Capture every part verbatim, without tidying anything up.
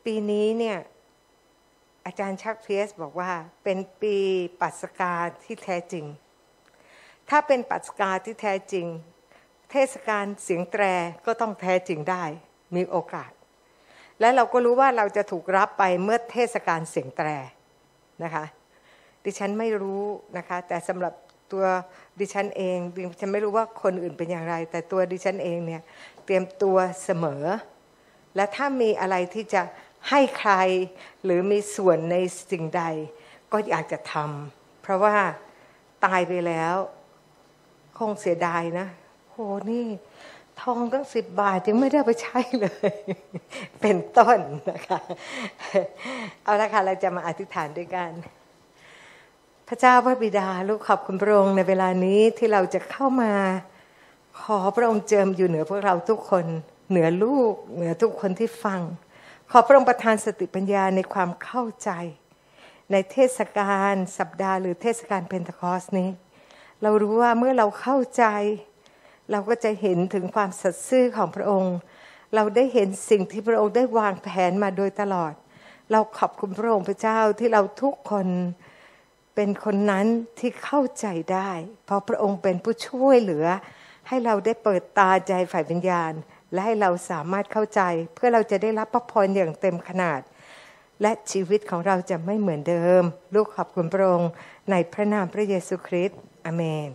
ปีนี้เนี่ยอาจารย์ชักเพียสบอกว่าเป็นปีปัสกาที่แท้จริงถ้าเป็นปัสกาที่แท้จริงเทศกาลเสียงแตรก็ต้องแท้จริงได้มีโอกาสและเราก็รู้ว่าเราจะถูกรับไปเมื่อเทศกาลเสียงแตรนะคะดิฉันไม่รู้นะคะแต่สำหรับตัวดิฉันเองดิฉันไม่รู้ว่าคนอื่นเป็นอย่างไรแต่ตัวดิฉันเองเนี่ยเตรียมตัวเสมอและถ้ามีอะไรที่จะให้ใครหรือมีส่วนในสิ่งใดก็อยากจะทำเพราะว่าตายไปแล้วคงเสียดายนะโหนี่ทองตั้งสิบบาทยังไม่ได้ไปใช้เลยเป็นต้นนะคะเอาละค่ะเราจะมาอธิษฐานด้วยกันพระเจ้าพระบิดาลูกขอบคุณพระองค์ในเวลานี้ที่เราจะเข้ามาขอพระองค์เจิมอยู่เหนือพวกเราทุกคนเหนือลูกเหนือทุกคนที่ฟังขอพระองค์ประทานสติปัญญาในความเข้าใจในเทศกาลสัปดาห์หรือเทศกาลเพนทคอสต์นี้เรารู้ว่าเมื่อเราเข้าใจเราก็จะเห็นถึงความสัตย์ซื่อของพระองค์เราได้เห็นสิ่งที่พระองค์ได้วางแผนมาโดยตลอดเราขอบคุณพระองค์พระเจ้าที่เราทุกคนเป็นคนนั้นที่เข้าใจได้เพราะพระองค์เป็นผู้ช่วยเหลือให้เราได้เปิดตาใจฝ่ายวิญญาณและให้เราสามารถเข้าใจเพื่อเราจะได้รับพระพรอย่างเต็มขนาดและชีวิตของเราจะไม่เหมือนเดิมลูกขอบคุณพระองค์ในพระนามพระเยซูคริสต์อาเมน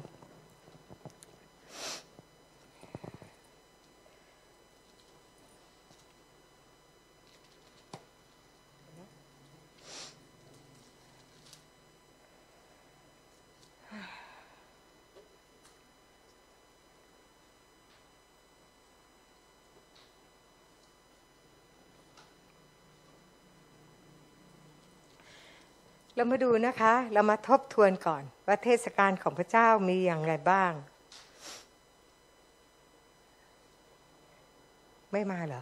เรามาดูนะคะเรามาทบทวนก่อนว่าเทศกาลของพระเจ้ามีอย่างไรบ้างไม่มาเหรอ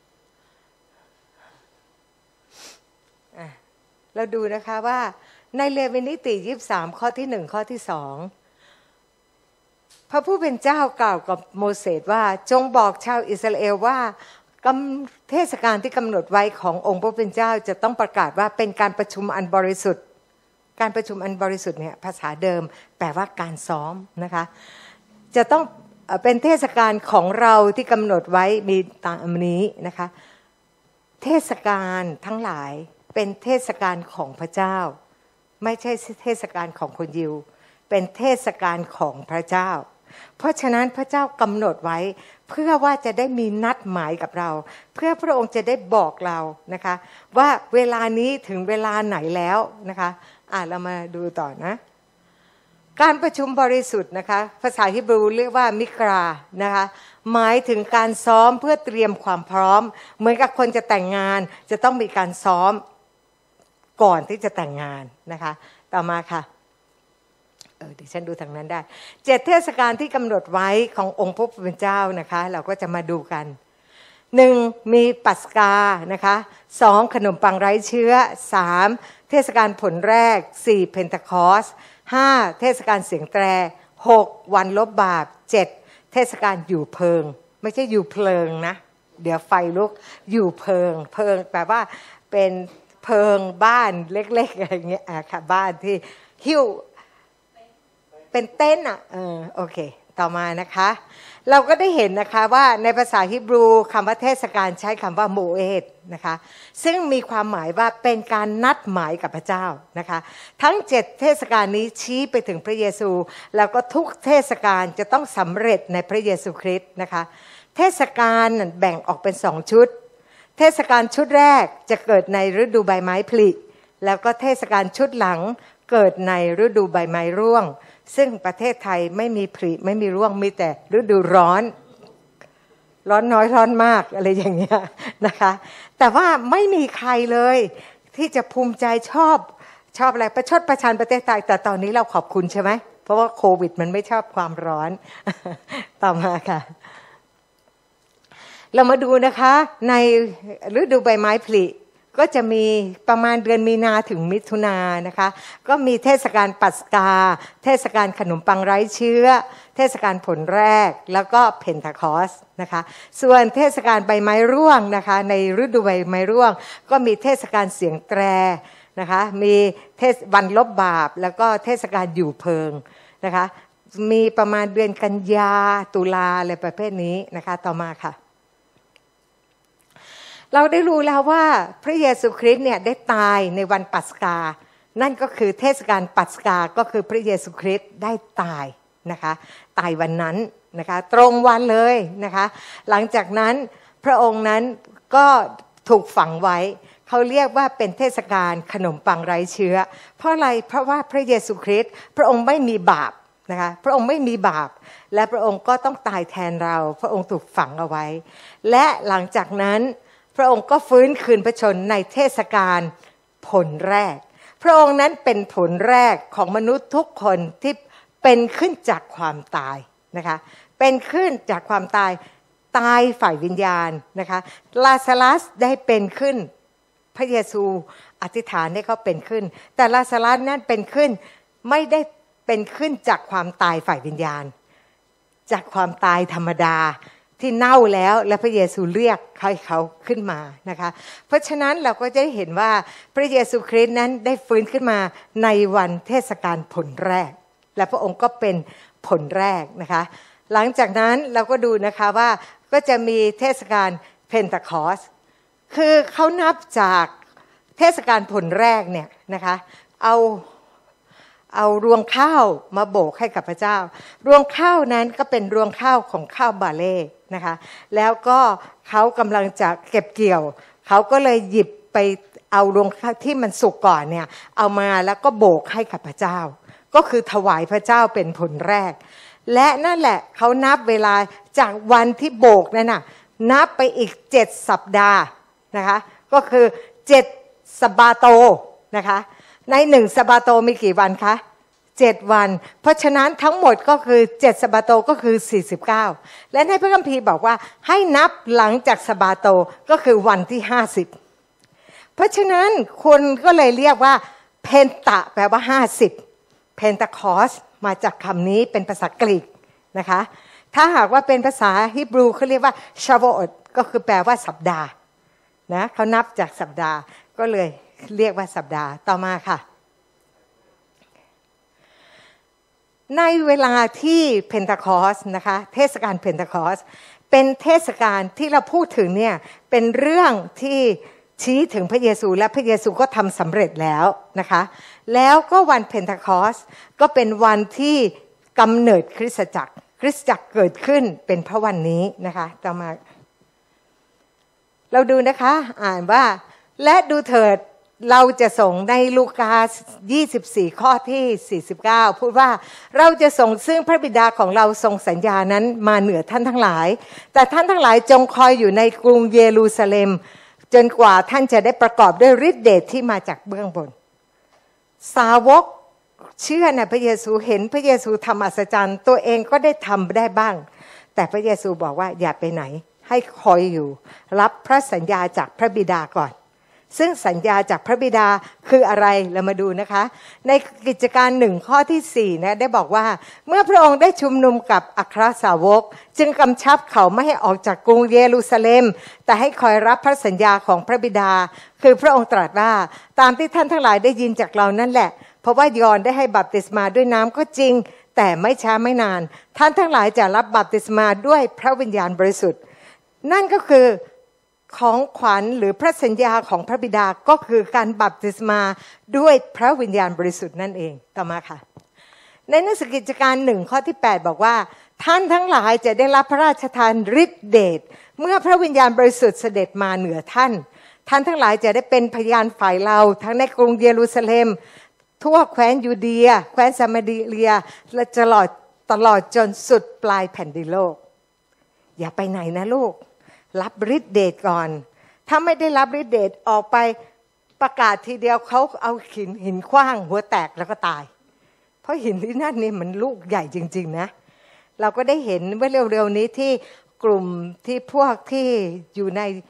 อ่ะเราดูนะคะว่าในเลวีนิติยี่สิบสามข้อที่หนึ่งข้อที่สองพระผู้เป็นเจ้ากล่าวกับโมเสสว่าจงบอกชาวอิสราเอลว่าเทศกาลที่กำหนดไว้ขององค์พระผู้เป็นเจ้าจะต้องประกาศว่าเป็นการประชุมอันบริสุทธิ์การประชุมอันบริสุทธิ์เนี่ยภาษาเดิมแปลว่าการซ้อมนะคะจะต้องเป็นเทศกาลของเราที่กำหนดไว้มีตามนี้นะคะเทศกาลทั้งหลายเป็นเทศกาลของพระเจ้าไม่ใช่เทศกาลของคนยิวเป็นเทศกาลของพระเจ้าเพราะฉะนั้นพระเจ้ากำหนดไว้เพื่อว่าจะได้มีนัดหมายกับเราเพื่อพระองค์จะได้บอกเรานะคะว่าเวลานี้ถึงเวลาไหนแล้วนะคะอ่ะเรามาดูต่อนะการประชุมบริสุทธิ์นะคะภาษาฮีบรูเรียกว่ามิกรานะคะหมายถึงการซ้อมเพื่อเตรียมความพร้อมเหมือนกับคนจะแต่งงานจะต้องมีการซ้อมก่อนที่จะแต่งงานนะคะต่อมาค่ะเออดิฉันดูทางนั้นได้เจ็ดเทศกาลที่กำหนดไว้ขององค์พระผู้เป็นเจ้านะคะเราก็จะมาดูกันหนึ่งมีปัสกานะคะสองขนมปังไร้เชื้อสามเทศกาลผลแรกสี่เพนทคอสห้าเทศกาลเสียงแตรหกวันลบบาปเจ็ดเทศกาลอยู่เพิงไม่ใช่อยู่เพลิงนะเดี๋ยวไฟลุกอยู่เพิงเพิงแปลว่าเป็นเพิงบ้านเล็กๆอะไรเงี้ยอ่ะค่ะบ้านที่หิ้วเป็นเต้นอ่ะเออโอเคต่อมานะคะเราก็ได้เห็นนะคะว่าในภาษาฮีบรูคำว่าเทศกาลใช้คำว่าโมเอดนะคะซึ่งมีความหมายว่าเป็นการนัดหมายกับพระเจ้านะคะทั้งเจ็ดเทศกาลนี้ชี้ไปถึงพระเยซูแล้วก็ทุกเทศกาลจะต้องสำเร็จในพระเยซูคริสต์นะคะเทศกาลแบ่งออกเป็นสองชุดเทศกาลชุดแรกจะเกิดในฤดูใบไม้ผลิแล้วก็เทศกาลชุดหลังเกิดในฤดูใบไม้ร่วงซึ่งประเทศไทยไม่มีผลิไม่มีร่วงมีแต่ฤดูร้อนร้อนน้อยร้อนมากอะไรอย่างเงี้ยนะคะแต่ว่าไม่มีใครเลยที่จะภูมิใจชอบชอบอะไรประชดประชันประเทศไทยแต่ตอนนี้เราขอบคุณใช่ไหมเพราะว่าโควิดมันไม่ชอบความร้อนต่อมาค่ะเรามาดูนะคะในฤดูใบไม้ผลิก็จะมีประมาณเดือนมีนาถึงมิถุนานะคะก็มีเทศกาลปัสกาเทศกาลขนมปังไร้เชื้อเทศกาลผลแรกแล้วก็เพนทาคอสนะคะส่วนเทศกาลใบไม้ร่วงนะคะในฤดูใบไม้ร่วงก็มีเทศกาลเสียงแตรนะคะมีเทศวันลบบาปแล้วก็เทศกาลอยู่เพิงนะคะมีประมาณเดือนกันยาตุลาอะไรประเภทนี้นะคะต่อมาค่ะเราได้รู้แล้วว่าพระเยซูคริสต์เนี่ยได้ตายในวันปัสกานั่นก็คือเทศกาลปัสกาก็คือพระเยซูคริสต์ได้ตายนะคะตายวันนั้นนะคะตรงวันเลยนะคะหลังจากนั้นพระองค์นั้นก็ถูกฝังไว้เขาเรียกว่าเป็นเทศกาลขนมปังไร้เชื้อเพราะอะไรเพราะว่าพระเยซูคริสต์พระองค์ไม่มีบาปนะคะพระองค์ไม่มีบาปและพระองค์ก็ต้องตายแทนเราพระองค์ถูกฝังเอาไว้และหลังจากนั้นพระองค์ก็ฟื้นคืนพระชนในเทศกาลผลแรกพระองค์นั้นเป็นผลแรกของมนุษย์ทุกคนที่เป็นขึ้นจากความตายนะคะเป็นขึ้นจากความตายตายฝ่ายวิญญาณนะคะลาซารัสได้เป็นขึ้นพระเยซูอธิษฐานให้เขาเป็นขึ้นแต่ลาซารัสนั้นเป็นขึ้นไม่ได้เป็นขึ้นจากความตายฝ่ายวิญญาณจากความตายธรรมดาที่เน่าแล้วและพระเยซูเรียกให้เขาขึ้นมานะคะเพราะฉะนั้นเราก็จะเห็นว่าพระเยซูคริสต์นั้นได้ฟื้นขึ้นมาในวันเทศกาลผลแรกและพระองค์ก็เป็นผลแรกนะคะหลังจากนั้นเราก็ดูนะคะว่าก็จะมีเทศกาลเพนทาคอสคือเขานับจากเทศกาลผลแรกเนี่ยนะคะเอาเอารวงข้าวมาโบกให้กับพระเจ้ารวงข้าวนั้นก็เป็นรวงข้าวของข้าวบาเล่นะคะแล้วก็เขากำลังจะเก็บเกี่ยวเขาก็เลยหยิบไปเอารวงข้าวที่มันสุกก่อนเนี่ยเอามาแล้วก็โบกให้กับพระเจ้าก็คือถวายพระเจ้าเป็นผลแรกและนั่นแหละเขานับเวลาจากวันที่โบกนั่นน่ะนับไปอีกเจ็ดสัปดาห์นะคะก็คือเจ็ดสัปดาห์โตนะคะในหนึ่งสัปดาห์โตมีกี่วันคะเจ็ดวันเพราะฉะนั้นทั้งหมดก็คือเจ็ดสัปดาห์โตก็คือสี่สิบเก้าและในพระคัมภีร์บอกว่าให้นับหลังจากสัปดาห์โตก็คือวันที่ห้าสิบเพราะฉะนั้นคนก็เลยเรียกว่าเพนตะแปลว่าห้าสิบเพนทาคอสมาจากคำนี้เป็นภาษากรีกนะคะถ้าหากว่าเป็นภาษาฮีบรูเขาเรียกว่าชาโวอตก็คือแปลว่าสัปดาห์นะเขานับจากสัปดาห์ก็เลยเรียกว่าสัปดาห์ต่อมาค่ะในเวลาที่เพนทาคอสนะคะเทศกาลเพนทาคอสเป็นเทศกาลที่เราพูดถึงเนี่ยเป็นเรื่องที่ชี้ถึงพระเยซูและพระเยซูก็ทำสำเร็จแล้วนะคะแล้วก็วันเพนทาคอสก็เป็นวันที่กำเนิดคริสตจักรคริสตจักรเกิดขึ้นเป็นพระวันนี้นะคะต่อมาเราดูนะคะอ่านว่าและดูเถิดเราจะส่งในลูกายี่สิบสี่ข้อที่สี่สิบเก้าพูดว่าเราจะส่งซึ่งพระบิดาของเราทรงสัญญานั้นมาเหนือท่านทั้งหลายแต่ท่านทั้งหลายจงคอยอยู่ในกรุงเยรูซาเล็มจนกว่าท่านจะได้ประกอบด้วยฤทธิเดชที่มาจากเบื้องบนสาวกเชื่อในพระเยซูเห็นพระเยซูทำอัศจรรย์ตัวเองก็ได้ทำได้บ้างแต่พระเยซูบอกว่าอย่าไปไหนให้คอยอยู่รับพระสัญญาจากพระบิดาก่อนซึ่งสัญญาจากพระบิดาคืออะไรเรามาดูนะคะในกิจการหนึ่งข้อที่สี่นะได้บอกว่าเมื่อพระองค์ได้ชุมนุมกับอัครสาวกจึงกำชับเขาไม่ให้ออกจากกรุงเยรูซาเล็มแต่ให้คอยรับพระสัญญาของพระบิดาคือพระองค์ตรัสว่าตามที่ท่านทั้งหลายได้ยินจากเรานั่นแหละเพราะว่ายอห์นได้ให้บัพติศมาด้วยน้ำก็จริงแต่ไม่ช้าไม่นานท่านทั้งหลายจะรับบัพติศมาด้วยพระวิญญาณบริสุทธิ์นั่นก็คือของขวัญหรือพระสัญญาของพระบิดาก็คือการบัพติศมาด้วยพระวิญญาณบริสุทธิ์นั่นเองต่อมาค่ะในหนังสือกิจการหนึ่งข้อที่แปดบอกว่าท่านทั้งหลายจะได้รับพระราชทานฤทธิเดชเมื่อพระวิญญาณบริสุทธิ์เสด็จมาเหนือท่านท่านทั้งหลายจะได้เป็นพยานฝ่ายเราทั้งในกรุงเยรูซาเล็มทั่วแคว้นยูเดียแคว้นซามาเรียและตลอดตลอดจนสุดปลายแผ่นดินโลกอย่าไปไหนนะลูกรับฤทธิเดชก่อนถ้าไม่ได้รับฤทธิเดชออกไปประกาศทีเดียวเขาเอาหินหินขว้างหัวแตกแล้วก็ตายเพราะหินที่นั่นนี่มันลูกใหญ่จริงๆนะเราก็ได้เห็นเมื่อเร็วๆนี้ที่กลุ่มที่พวกที่อยู่ใน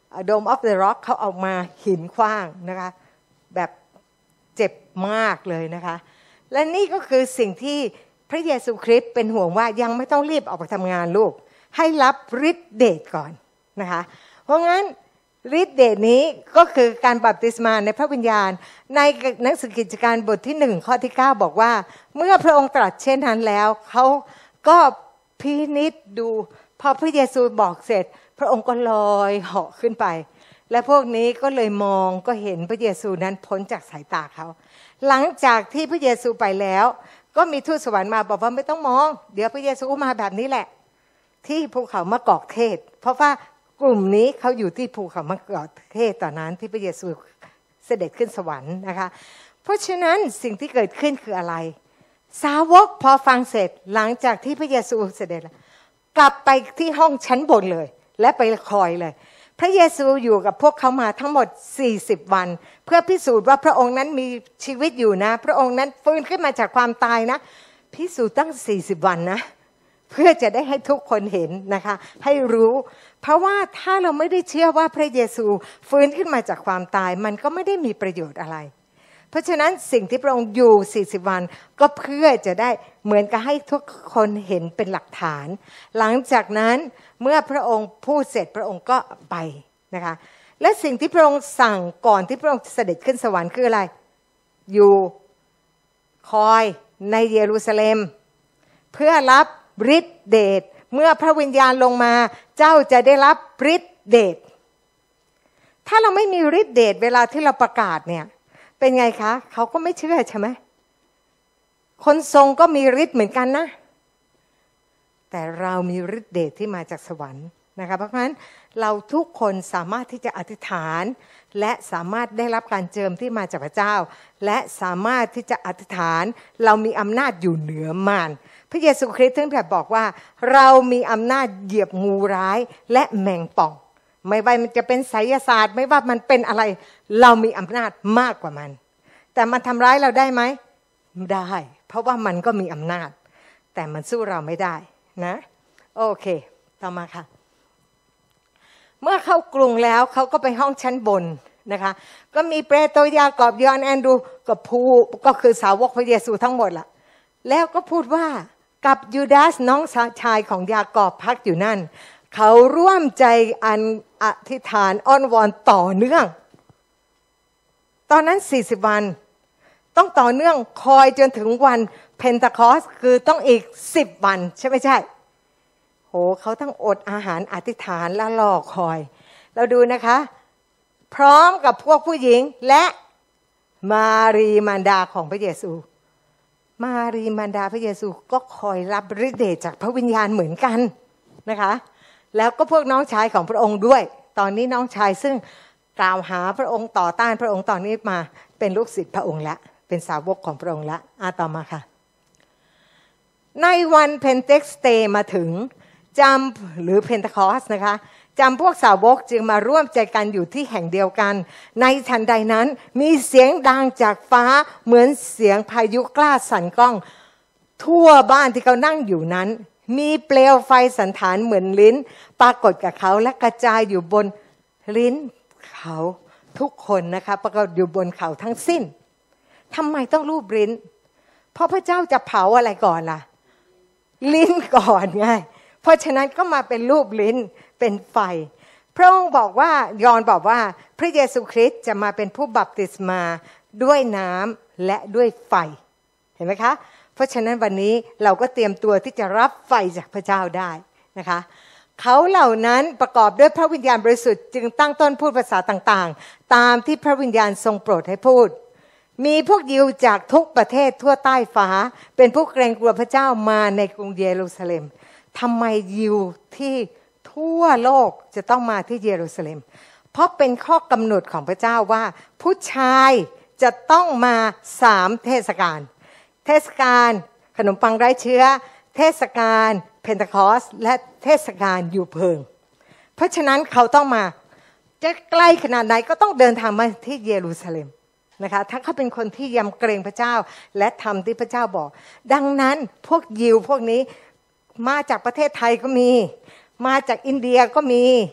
โดมออฟเดอะร็อกเขาเอามาหินขว้างนะคะแบบเจ็บมากเลยนะคะและนี่ก็คือสิ่งที่พระเยซูคริสต์เป็นห่วงว่ายังไม่ต้องรีบออกไปทำงานลูกให้รับฤทธิเดชก่อนนะคะเพราะงั้นฤทธิเดชนี้ก็คือการบัพติศมาในพระวิญญาณในหนังสือกิจการบทที่หนึ่งข้อที่เก้าบอกว่าเมื่อพระองค์ตรัสเช่นนั้นแล้วเขาก็พินิจดูพอพระเยซูบอกเสร็จพระองค์ก็ลอยเหาะขึ้นไปและพวกนี้ก็เลยมองก็เห็นพระเยซูนั้นพ้นจากสายตาเขาหลังจากที่พระเยซูไปแล้วก็มีทูตสวรรค์มาบอกว่าไม่ต้องมองเดี๋ยวพระเยซูมาแบบนี้แหละที่ภูเขามะกอกเทศเพราะว่ากลุ่มนี้เขาอยู่ที่ภูเขามะกอกเทศตอนนั้นที่พระเยซูเสด็จขึ้นสวรรค์นะคะเพราะฉะนั้นสิ่งที่เกิดขึ้นคืออะไรสาวกพอฟังเสร็จหลังจากที่พระเยซูเสด็จกลับไปที่ห้องชั้นบนเลยและไปคอยเลยพระเยซูอยู่กับพวกเขามาทั้งหมดสี่สิบวันเพื่อพิสูจน์ว่าพระองค์นั้นมีชีวิตอยู่นะพระองค์นั้นฟื้นขึ้นมาจากความตายนะพิสูจน์ตั้งสี่สิบวันนะเพื่อจะได้ให้ทุกคนเห็นนะคะให้รู้เพราะว่าถ้าเราไม่ได้เชื่อว่าพระเยซูฟื้นขึ้นมาจากความตายมันก็ไม่ได้มีประโยชน์อะไรเพราะฉะนั้นสิ่งที่พระองค์อยู่สี่สิบวันก็เพื่อจะได้เหมือนกับให้ทุกคนเห็นเป็นหลักฐานหลังจากนั้นเมื่อพระองค์พูดเสร็จพระองค์ก็ไปนะคะและสิ่งที่พระองค์สั่งก่อนที่พระองค์เสด็จขึ้นสวรรค์คืออะไรอยู่คอยในเยรูซาเล็มเพื่อรับฤทธิเดชเมื่อพระวิญญาณลงมาเจ้าจะได้รับฤทธิเดชถ้าเราไม่มีฤทธิเดชเวลาที่เราประกาศเนี่ยเป็นไงคะเขาก็ไม่เชื่อใช่ไหมคนทรงก็มีฤทธิ์เหมือนกันนะแต่เรามีฤทธิเดชที่มาจากสวรรค์นะคะเพราะฉะนั้นเราทุกคนสามารถที่จะอธิษฐานและสามารถได้รับการเจิมที่มาจากพระเจ้าและสามารถที่จะอธิษฐานเรามีอำนาจอยู่เหนือมารพระเยซูคริสต์ถึงแบบบอกว่าเรามีอำนาจเหยียบงูร้ายและแมงป่องไม่ว่ามันจะเป็นไสยศาสตร์ไม่ว่ามันเป็นอะไรเรามีอำนาจมากกว่ามันแต่มันทำร้ายเราได้ไหมได้เพราะว่ามันก็มีอำนาจแต่มันสู้เราไม่ได้นะโอเคต่อมาค่ะเมื่อเข้ากรุงแล้วเขาก็ไปห้องชั้นบนนะคะก็มีเปโตรยากอบยอห์นแอนดรูกับผู้ก็คือสาวกพระเยซูทั้งหมดล่ะแล้วก็พูดว่ากับยูดาสน้องชายของยากอบพักอยู่นั่นเขาร่วมใจอันอธิษฐานอ้อนวอนต่อเนื่องตอนนั้นสี่สิบวันต้องต่อเนื่องคอยจนถึงวันเพนทาคอสคือต้องอีกสิบวันใช่ไม่ใช่โหเขาทั้งอดอาหารอธิษฐานและรอคอยเราดูนะคะพร้อมกับพวกผู้หญิงและมารีมารดาของพระเยซูมารีมารดาพระเยซูก็คอยรับฤทธิ์เดชจากพระวิญญาณเหมือนกันนะคะแล้วก็พวกน้องชายของพระองค์ด้วยตอนนี้น้องชายซึ่งกล่าวหาพระองค์ต่อต้านพระองค์ตอนนี้มาเป็นลูกศิษย์พระองค์ละเป็นสาวกของพระองค์ละอ่ะต่อมาค่ะในวันเพนเทคสเตย์มาถึงจำหรือเพนทาคอสนะคะจำพวกสาวกจึงมาร่วมใจกันอยู่ที่แห่งเดียวกันในทันใดนั้นมีเสียงดังจากฟ้าเหมือนเสียงพายุกล้าสั่นกล้องทั่วบ้านที่เขานั่งอยู่นั้นมีเปลวไฟสันฐานเหมือนลิ้นปรากฏกับเขาและกระจายอยู่บนลิ้นเขาทุกคนนะคะปรากฏอยู่บนเขาทั้งสิ้นทำไมต้องรูปลิ้นเพราะพระเจ้าจะเผาอะไรก่อนล่ะลิ้นก่อนไงเพราะฉะนั้นก็มาเป็นรูปลิ้นเป็นไฟพระองค์บอกว่ายอห์นบอกว่าพระเยซูคริสต์จะมาเป็นผู้บัพติศมาด้วยน้ำและด้วยไฟเห็นไหมคะเพราะฉะนั้นวันนี้เราก็เตรียมตัวที่จะรับไฟจากพระเจ้าได้นะคะเขาเหล่านั้นประกอบด้วยพระวิญญาณบริสุทธิ์จึงตั้งต้นพูดภาษาต่างๆตามที่พระวิญญาณทรงโปรดให้พูดมีพวกยิวจากทุกประเทศทั่วใต้ฟ้าเป็นผู้เกรงกลัวพระเจ้ามาในกรุงเยรูซาเล็มทำไมยิวที่ทั่วโลกจะต้องมาที่เยรูซาเล็มเพราะเป็นข้อกำหนดของพระเจ้าว่าผู้ชายจะต้องมาสามเทศกาลเทศกาลขนมปังไร้เชื้อเทศกาลเพนทาคอสและเทศกาลยูเพิงเพราะฉะนั้นเขาต้องมาจะใกล้ขนาดไหนก็ต้องเดินทางมาที่เยรูซาเล็มนะคะถ้าเขาเป็นคนที่ยำเกรงพระเจ้าและทำที่พระเจ้าบอกดังนั้นพวกยิวพวกนี้มาจากประเทศไทยก็มีมาจากอินเดียก็มี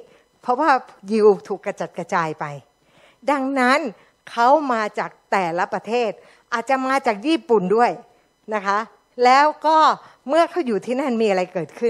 เพราะว่ายิวถูกกระจัดกระจายไปดังนั้นเขามาจากแต่ละประเทศอาจจะมาจากญี่ปุ่นด้วยนะคะแล้วก็เมื่อเขาอยู่ที่นั่นมีอะไรเกิดขึ้น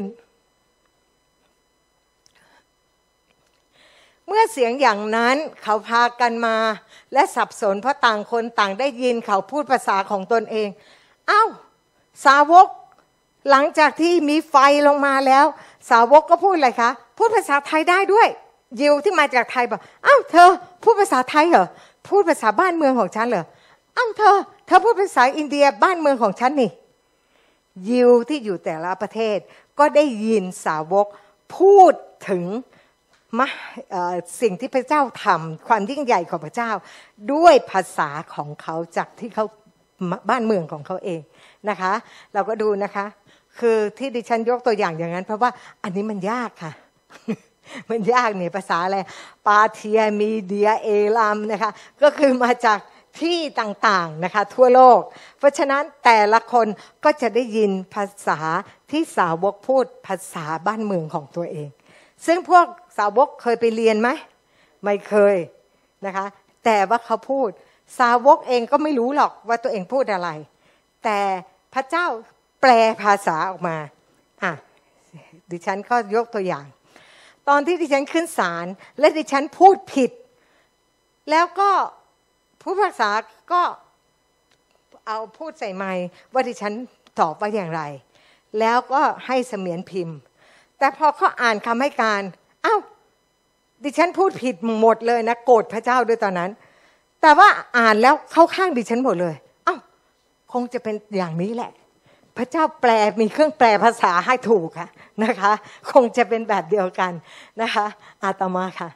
เมื่อเสียงอย่างนั้นเขาพากันมาและสับสนเพราะต่างคนต่างได้ยินเขาพูดภาษาของตนเองอ้าวสาวกหลังจากที่มีไฟลงมาแล้วสาวกก็พูดอะไรคะพูดภาษาไทยได้ด้วยยิวที่มาจากไทยบอกอ้าวเธอพูดภาษาไทยเหรอพูดภาษาบ้านเมืองของฉันเหรออ้าวเธอเธอพูดภาษาอินเดียบ้านเมืองของฉันนี่ยิวที่อยู่แต่ละประเทศก็ได้ยินสาวกพูดถึงมาสิ่งที่พระเจ้าทำความยิ่งใหญ่ของพระเจ้าด้วยภาษาของเขาจากที่เขาบ้านเมืองของเขาเองนะคะเราก็ดูนะคะคือที่ดิฉันยกตัวอย่างอย่างนั้นเพราะว่าอันนี้มันยากค่ะ มันยากเนี่ยภาษาอะไรปาเทียมีเดียเอลามนะคะก็คือมาจากที่ต่างๆนะคะทั่วโลกเพราะฉะนั้นแต่ละคนก็จะได้ยินภาษาที่สาวกพูดภาษาบ้านเมืองของตัวเองซึ่งพวกสาวกเคยไปเรียนไหมไม่เคยนะคะแต่ว่าเขาพูดสาวกเองก็ไม่รู้หรอกว่าตัวเองพูดอะไรแต่พระเจ้าแปลภาษาออกมาอ่ะดิฉันก็ยกตัวอย่างตอนที่ดิฉันขึ้นศาลและดิฉันพูดผิดแล้วก็ผู้พิพากษาก็เอาพูดใส่ไมค์ว่าดิฉันตอบว่าอย่างไรแล้วก็ให้เสมียนพิมพ์แต่พอเขาอ่านคำให้การอ้าวดิฉันพูดผิดหมดเลยนะโกรธพระเจ้าด้วยตอนนั้นแต่ว่าอ่านแล้วเข้าข้างดิฉันหมดเลยอ้าวคงจะเป็นอย่างนี้แหละพระเจ้าแปลมีเครื่องแปลภาษาให้ถูกค่ะนะคะคงจะเป็นแบบเดียวกันนะคะอาตมาค่ะ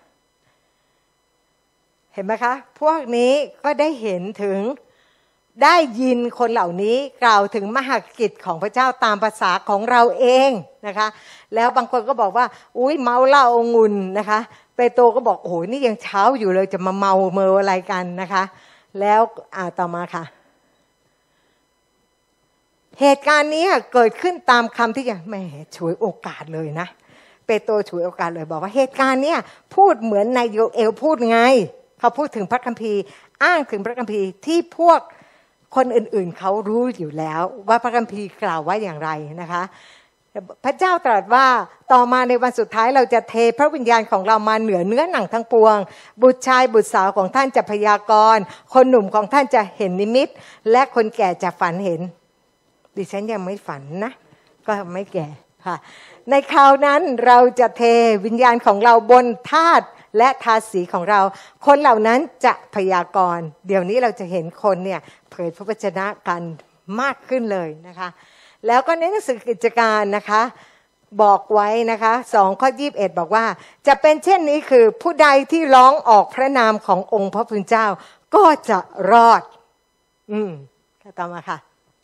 เห็นไหมคะพวกนี้ก็ได้เห็นถึงได้ยินคนเหล่านี้กล่าวถึงมหากิจของพระเจ้าตามภาษาของเราเองนะคะแล้วบางคนก็บอกว่าอุ้ยเมาเหล้าองุ่นนะคะเปโตรก็บอกโอ้โหนี่ยังเช้าอยู่เลยจะมาเมาเมออะไรกันนะคะแล้วอ่าต่อมาค่ะเหตุการณ์นี้เกิดขึ้นตามคำที่อย่างแม่ฉวยโอกาสเลยนะเปโตรฉวยโอกาสเลยบอกว่าเหตุการณ์นี้พูดเหมือนนายโยเอลพูดไงเขาพูดถึงพระคัมภีร์อ้างถึงพระคัมภีร์ที่พวกคนอื่นๆเขารู้อยู่แล้วว่าพระคัมภีร์กล่าวว่าอย่างไรนะคะพระเจ้าตรัสว่าต่อมาในวันสุดท้ายเราจะเทพระวิญญาณของเรามาเหนือเนื้อหนังทั้งปวงบุตรชายบุตรสาวของท่านจะพยากรณ์คนหนุ่มของท่านจะเห็นนิมิตและคนแก่จะฝันเห็นดิฉันยังไม่ฝันนะก็ไม่แก่ค่ะในคราวนั้นเราจะเทวิญญาณของเราบนธาตุและทาสีของเราคนเหล่านั้นจะพยากรณ์เดี๋ยวนี้เราจะเห็นคนเนี่ยเผยพระวจนะกันมากขึ้นเลยนะคะแล้วก็ในหนังสือกิจการนะคะบอกไว้นะคะสองข้อยี่สิบเอ็ดบอกว่าจะเป็นเช่นนี้คือผู้ใดที่ร้องออกพระนามขององค์พระผู้เป็นเจ้าก็จะรอดอืมต่อมาค่ะ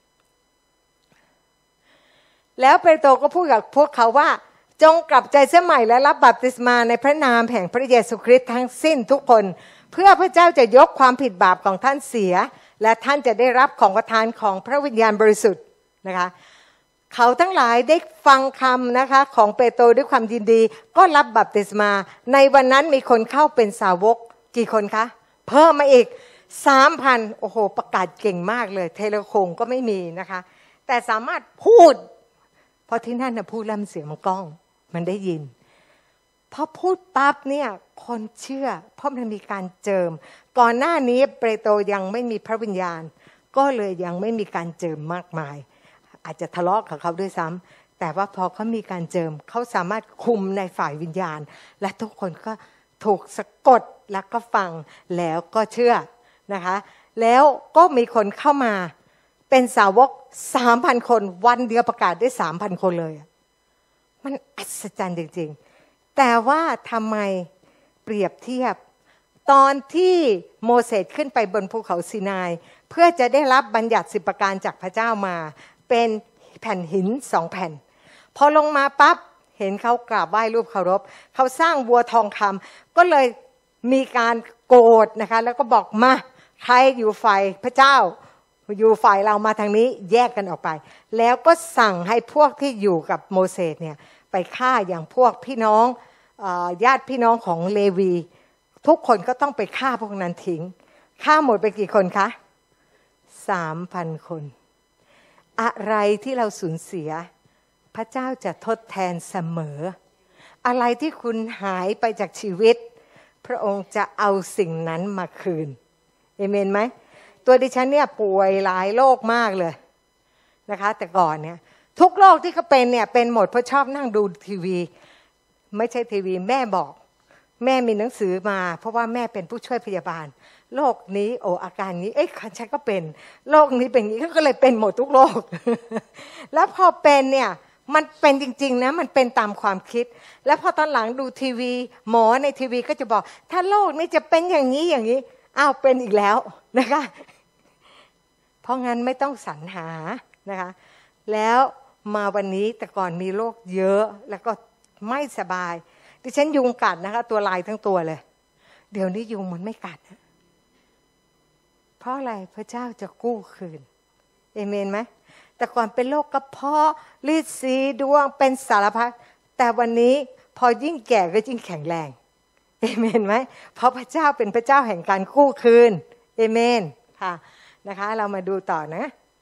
แล้วเปโตรก็พูดกับพวกเขาว่าจงกลับใจเสียใหม่และรับบัพติศมาในพระนามแห่งพระเยซูคริสต์ทั้งสิ้นทุกคนเพื่อพระเจ้าจะยกความผิดบาปของท่านเสียและท่านจะได้รับของประทานของพระวิญญาณบริสุทธิ์นะคะเขาทั้งหลายได้ฟังคำนะคะของเปโตรด้วยความยินดีก็รับบัพติศมาในวันนั้นมีคนเข้าเป็นสาวกกี่คนคะเพิ่มมาอีก สามพัน โอ้โหประกาศเก่งมากเลยเทเลโคงก็ไม่มีนะคะแต่สามารถพูดเพราะที่นั่นนะพูดแล้วมันเสียงมันก้องมันได้ยินพอพูดปั๊บเนี่ยคนเชื่อเพราะมันมีการเจิมก่อนหน้านี้เปโตรยังไม่มีพระวิญญาณก็เลยยังไม่มีการเจิมมากมายอาจจะทะเลาะกับเขาด้วยซ้ำแต่ว่าพอเขามีการเจิมเขาสามารถคุมในฝ่ายวิญญาณและทุกคนก็ถูกสะกดแล้วก็ฟังแล้วก็เชื่อนะคะแล้วก็มีคนเข้ามาเป็นสาวก สามพัน คนวันเดียวประกาศได้ สามพัน คนเลยมันอัศจรรย์จริงๆแต่ว่าทำไมเปรียบเทียบตอนที่โมเสสขึ้นไปบนภูเขาซีนายเพื่อจะได้รับบัญญัติสิบประการจากพระเจ้ามาเป็นแผ่นหินสองแผ่นพอลงมาปั๊บเห็นเขากราบไหว้รูปเคารพเขาสร้างวัวทองคำก็เลยมีการโกรธนะคะแล้วก็บอกมาใครอยู่ฝ่ายพระเจ้าอยู่ฝ่ายเรามาทางนี้แยกกันออกไปแล้วก็สั่งให้พวกที่อยู่กับโมเสสเนี่ยไปฆ่าอย่างพวกพี่น้องญาติพี่น้องของเลวีทุกคนก็ต้องไปฆ่าพวกนั้นทิ้งฆ่าหมดไปกี่คนคะสามพันคนอะไรที่เราสูญเสียพระเจ้าจะทดแทนเสมออะไรที่คุณหายไปจากชีวิตพระองค์จะเอาสิ่งนั้นมาคืนเอเมนไหมตัวดิฉันเนี่ยป่วยหลายโรคมากเลยนะคะแต่ก่อนเนี่ยทุกโรคที่เขาเป็นเนี่ยเป็นหมดเพราะชอบนั่งดูทีวีไม่ใช่ทีวีแม่บอกแม่มีหนังสือมาเพราะว่าแม่เป็นผู้ช่วยพยาบาลโรคนี้โออาการนี้เอ้ยฉันก็เป็นโรคนี้เป็นอย่างนี้ก็เลยเป็นหมดทุกโรค แล้วพอเป็นเนี่ยมันเป็นจริงๆนะมันเป็นตามความคิดแล้วพอตอนหลังดูทีวีหมอในทีวีก็จะบอกถ้าโรคนี้จะเป็นอย่างนี้อย่างนี้อ้าวเป็นอีกแล้วนะคะเพราะงั้นไม่ต้องสรรหานะคะแล้วมาวันนี้แต่ก่อนมีโรคเยอะแล้วก็ไม่สบายดิฉันยุงกัดนะคะตัวลายทั้งตัวเลยเดี๋ยวนี้ยุงมันไม่กัดนะเพราะอะไรพระเจ้าจะกู้คืนเอเมนไหมแต่ก่อนเป็นโรคกระเพาะลีดสีดวงเป็นสารพัดแต่วันนี้พอยิ่งแก่ก็ยิ่งแข็งแรงเอเมนไหมเพราะพระเจ้าเป็นพระเจ้าแห่งการกู้คืนเอเมนค่ะนะคะเรามาดูต่อนะ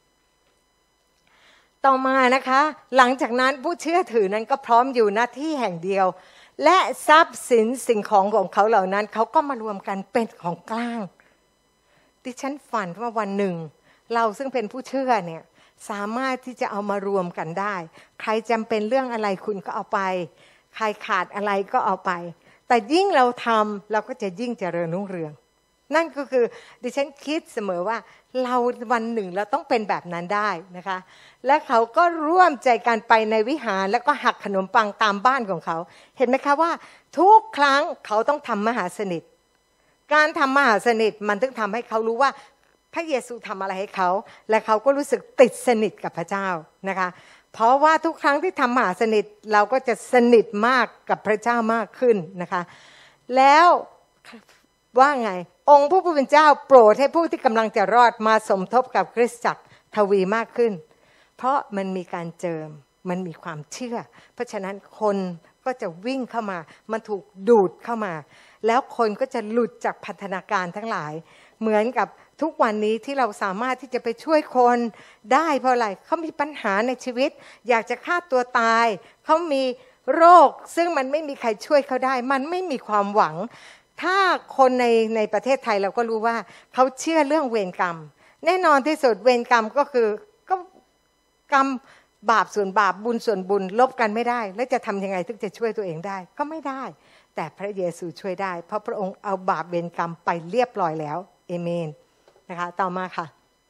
ต่อมานะคะหลังจากนั้นผู้เชื่อถือนั้นก็พร้อมอยู่ณที่แห่งเดียวและทรัพย์สินสิ่งของของเขาเหล่านั้นเขาก็มารวมกันเป็นของกลางดิฉันฝันว่าวันหนึ่งเราซึ่งเป็นผู้เชื่อเนี่ยสามารถที่จะเอามารวมกันได้ใครจำเป็นเรื่องอะไรคุณก็เอาไปใครขาดอะไรก็เอาไปแต่ยิ่งเราทำเราก็จะยิ่งเจริญรุ่งเรืองนั่นก็คือดิฉันคิดเสมอว่าเราวันหนึ่งเราต้องเป็นแบบนั้นได้นะคะและเขาก็ร่วมใจกันไปในวิหารแล้วก็หักขนมปังตามบ้านของเขาเห็นไหมคะว่าทุกครั้งเขาต้องทำมหาสนิทการทำมหาสนิทมันถึงทำให้เขารู้ว่าพระเยซูทำอะไรให้เขาและเขาก็รู้สึกติดสนิทกับพระเจ้านะคะเพราะว่าทุกครั้งที่ทำมหาสนิทเราก็จะสนิทมากกับพระเจ้ามากขึ้นนะคะแล้วว่าไงองค์ผู้เป็นเจ้าโปรดให้ผู้ที่กำลังจะรอดมาสมทบกับคริสตจักรทวีมากขึ้นเพราะมันมีการเจิมมันมีความเชื่อเพราะฉะนั้นคนก็จะวิ่งเข้ามามันถูกดูดเข้ามาแล้วคนก็จะหลุดจากพันธนาการทั้งหลายเหมือนกับทุกวันนี้ที่เราสามารถที่จะไปช่วยคนได้เพราะอะไรเขามีปัญหาในชีวิตอยากจะฆ่าตัวตายเขามีโรคซึ่งมันไม่มีใครช่วยเขาได้มันไม่มีความหวังถ้าคนในในประเทศไทยเราก็รู้ว่าเขาเชื่อเรื่องเวรกรรมแน่นอนที่สุดเวรกรรมก็คือก็กรรมบาปส่วนบาปบุญส่วนบุญลบกันไม่ได้แล้วจะทำยังไงถึงจะช่วยตัวเองได้ก็ไม่ได้แต่พระเยซูช่วยได้เพราะพระองค์เอาบาปเวรกรรมไปเรียบร้อยแล้วเอเมนนะคะต่อมาค่ะ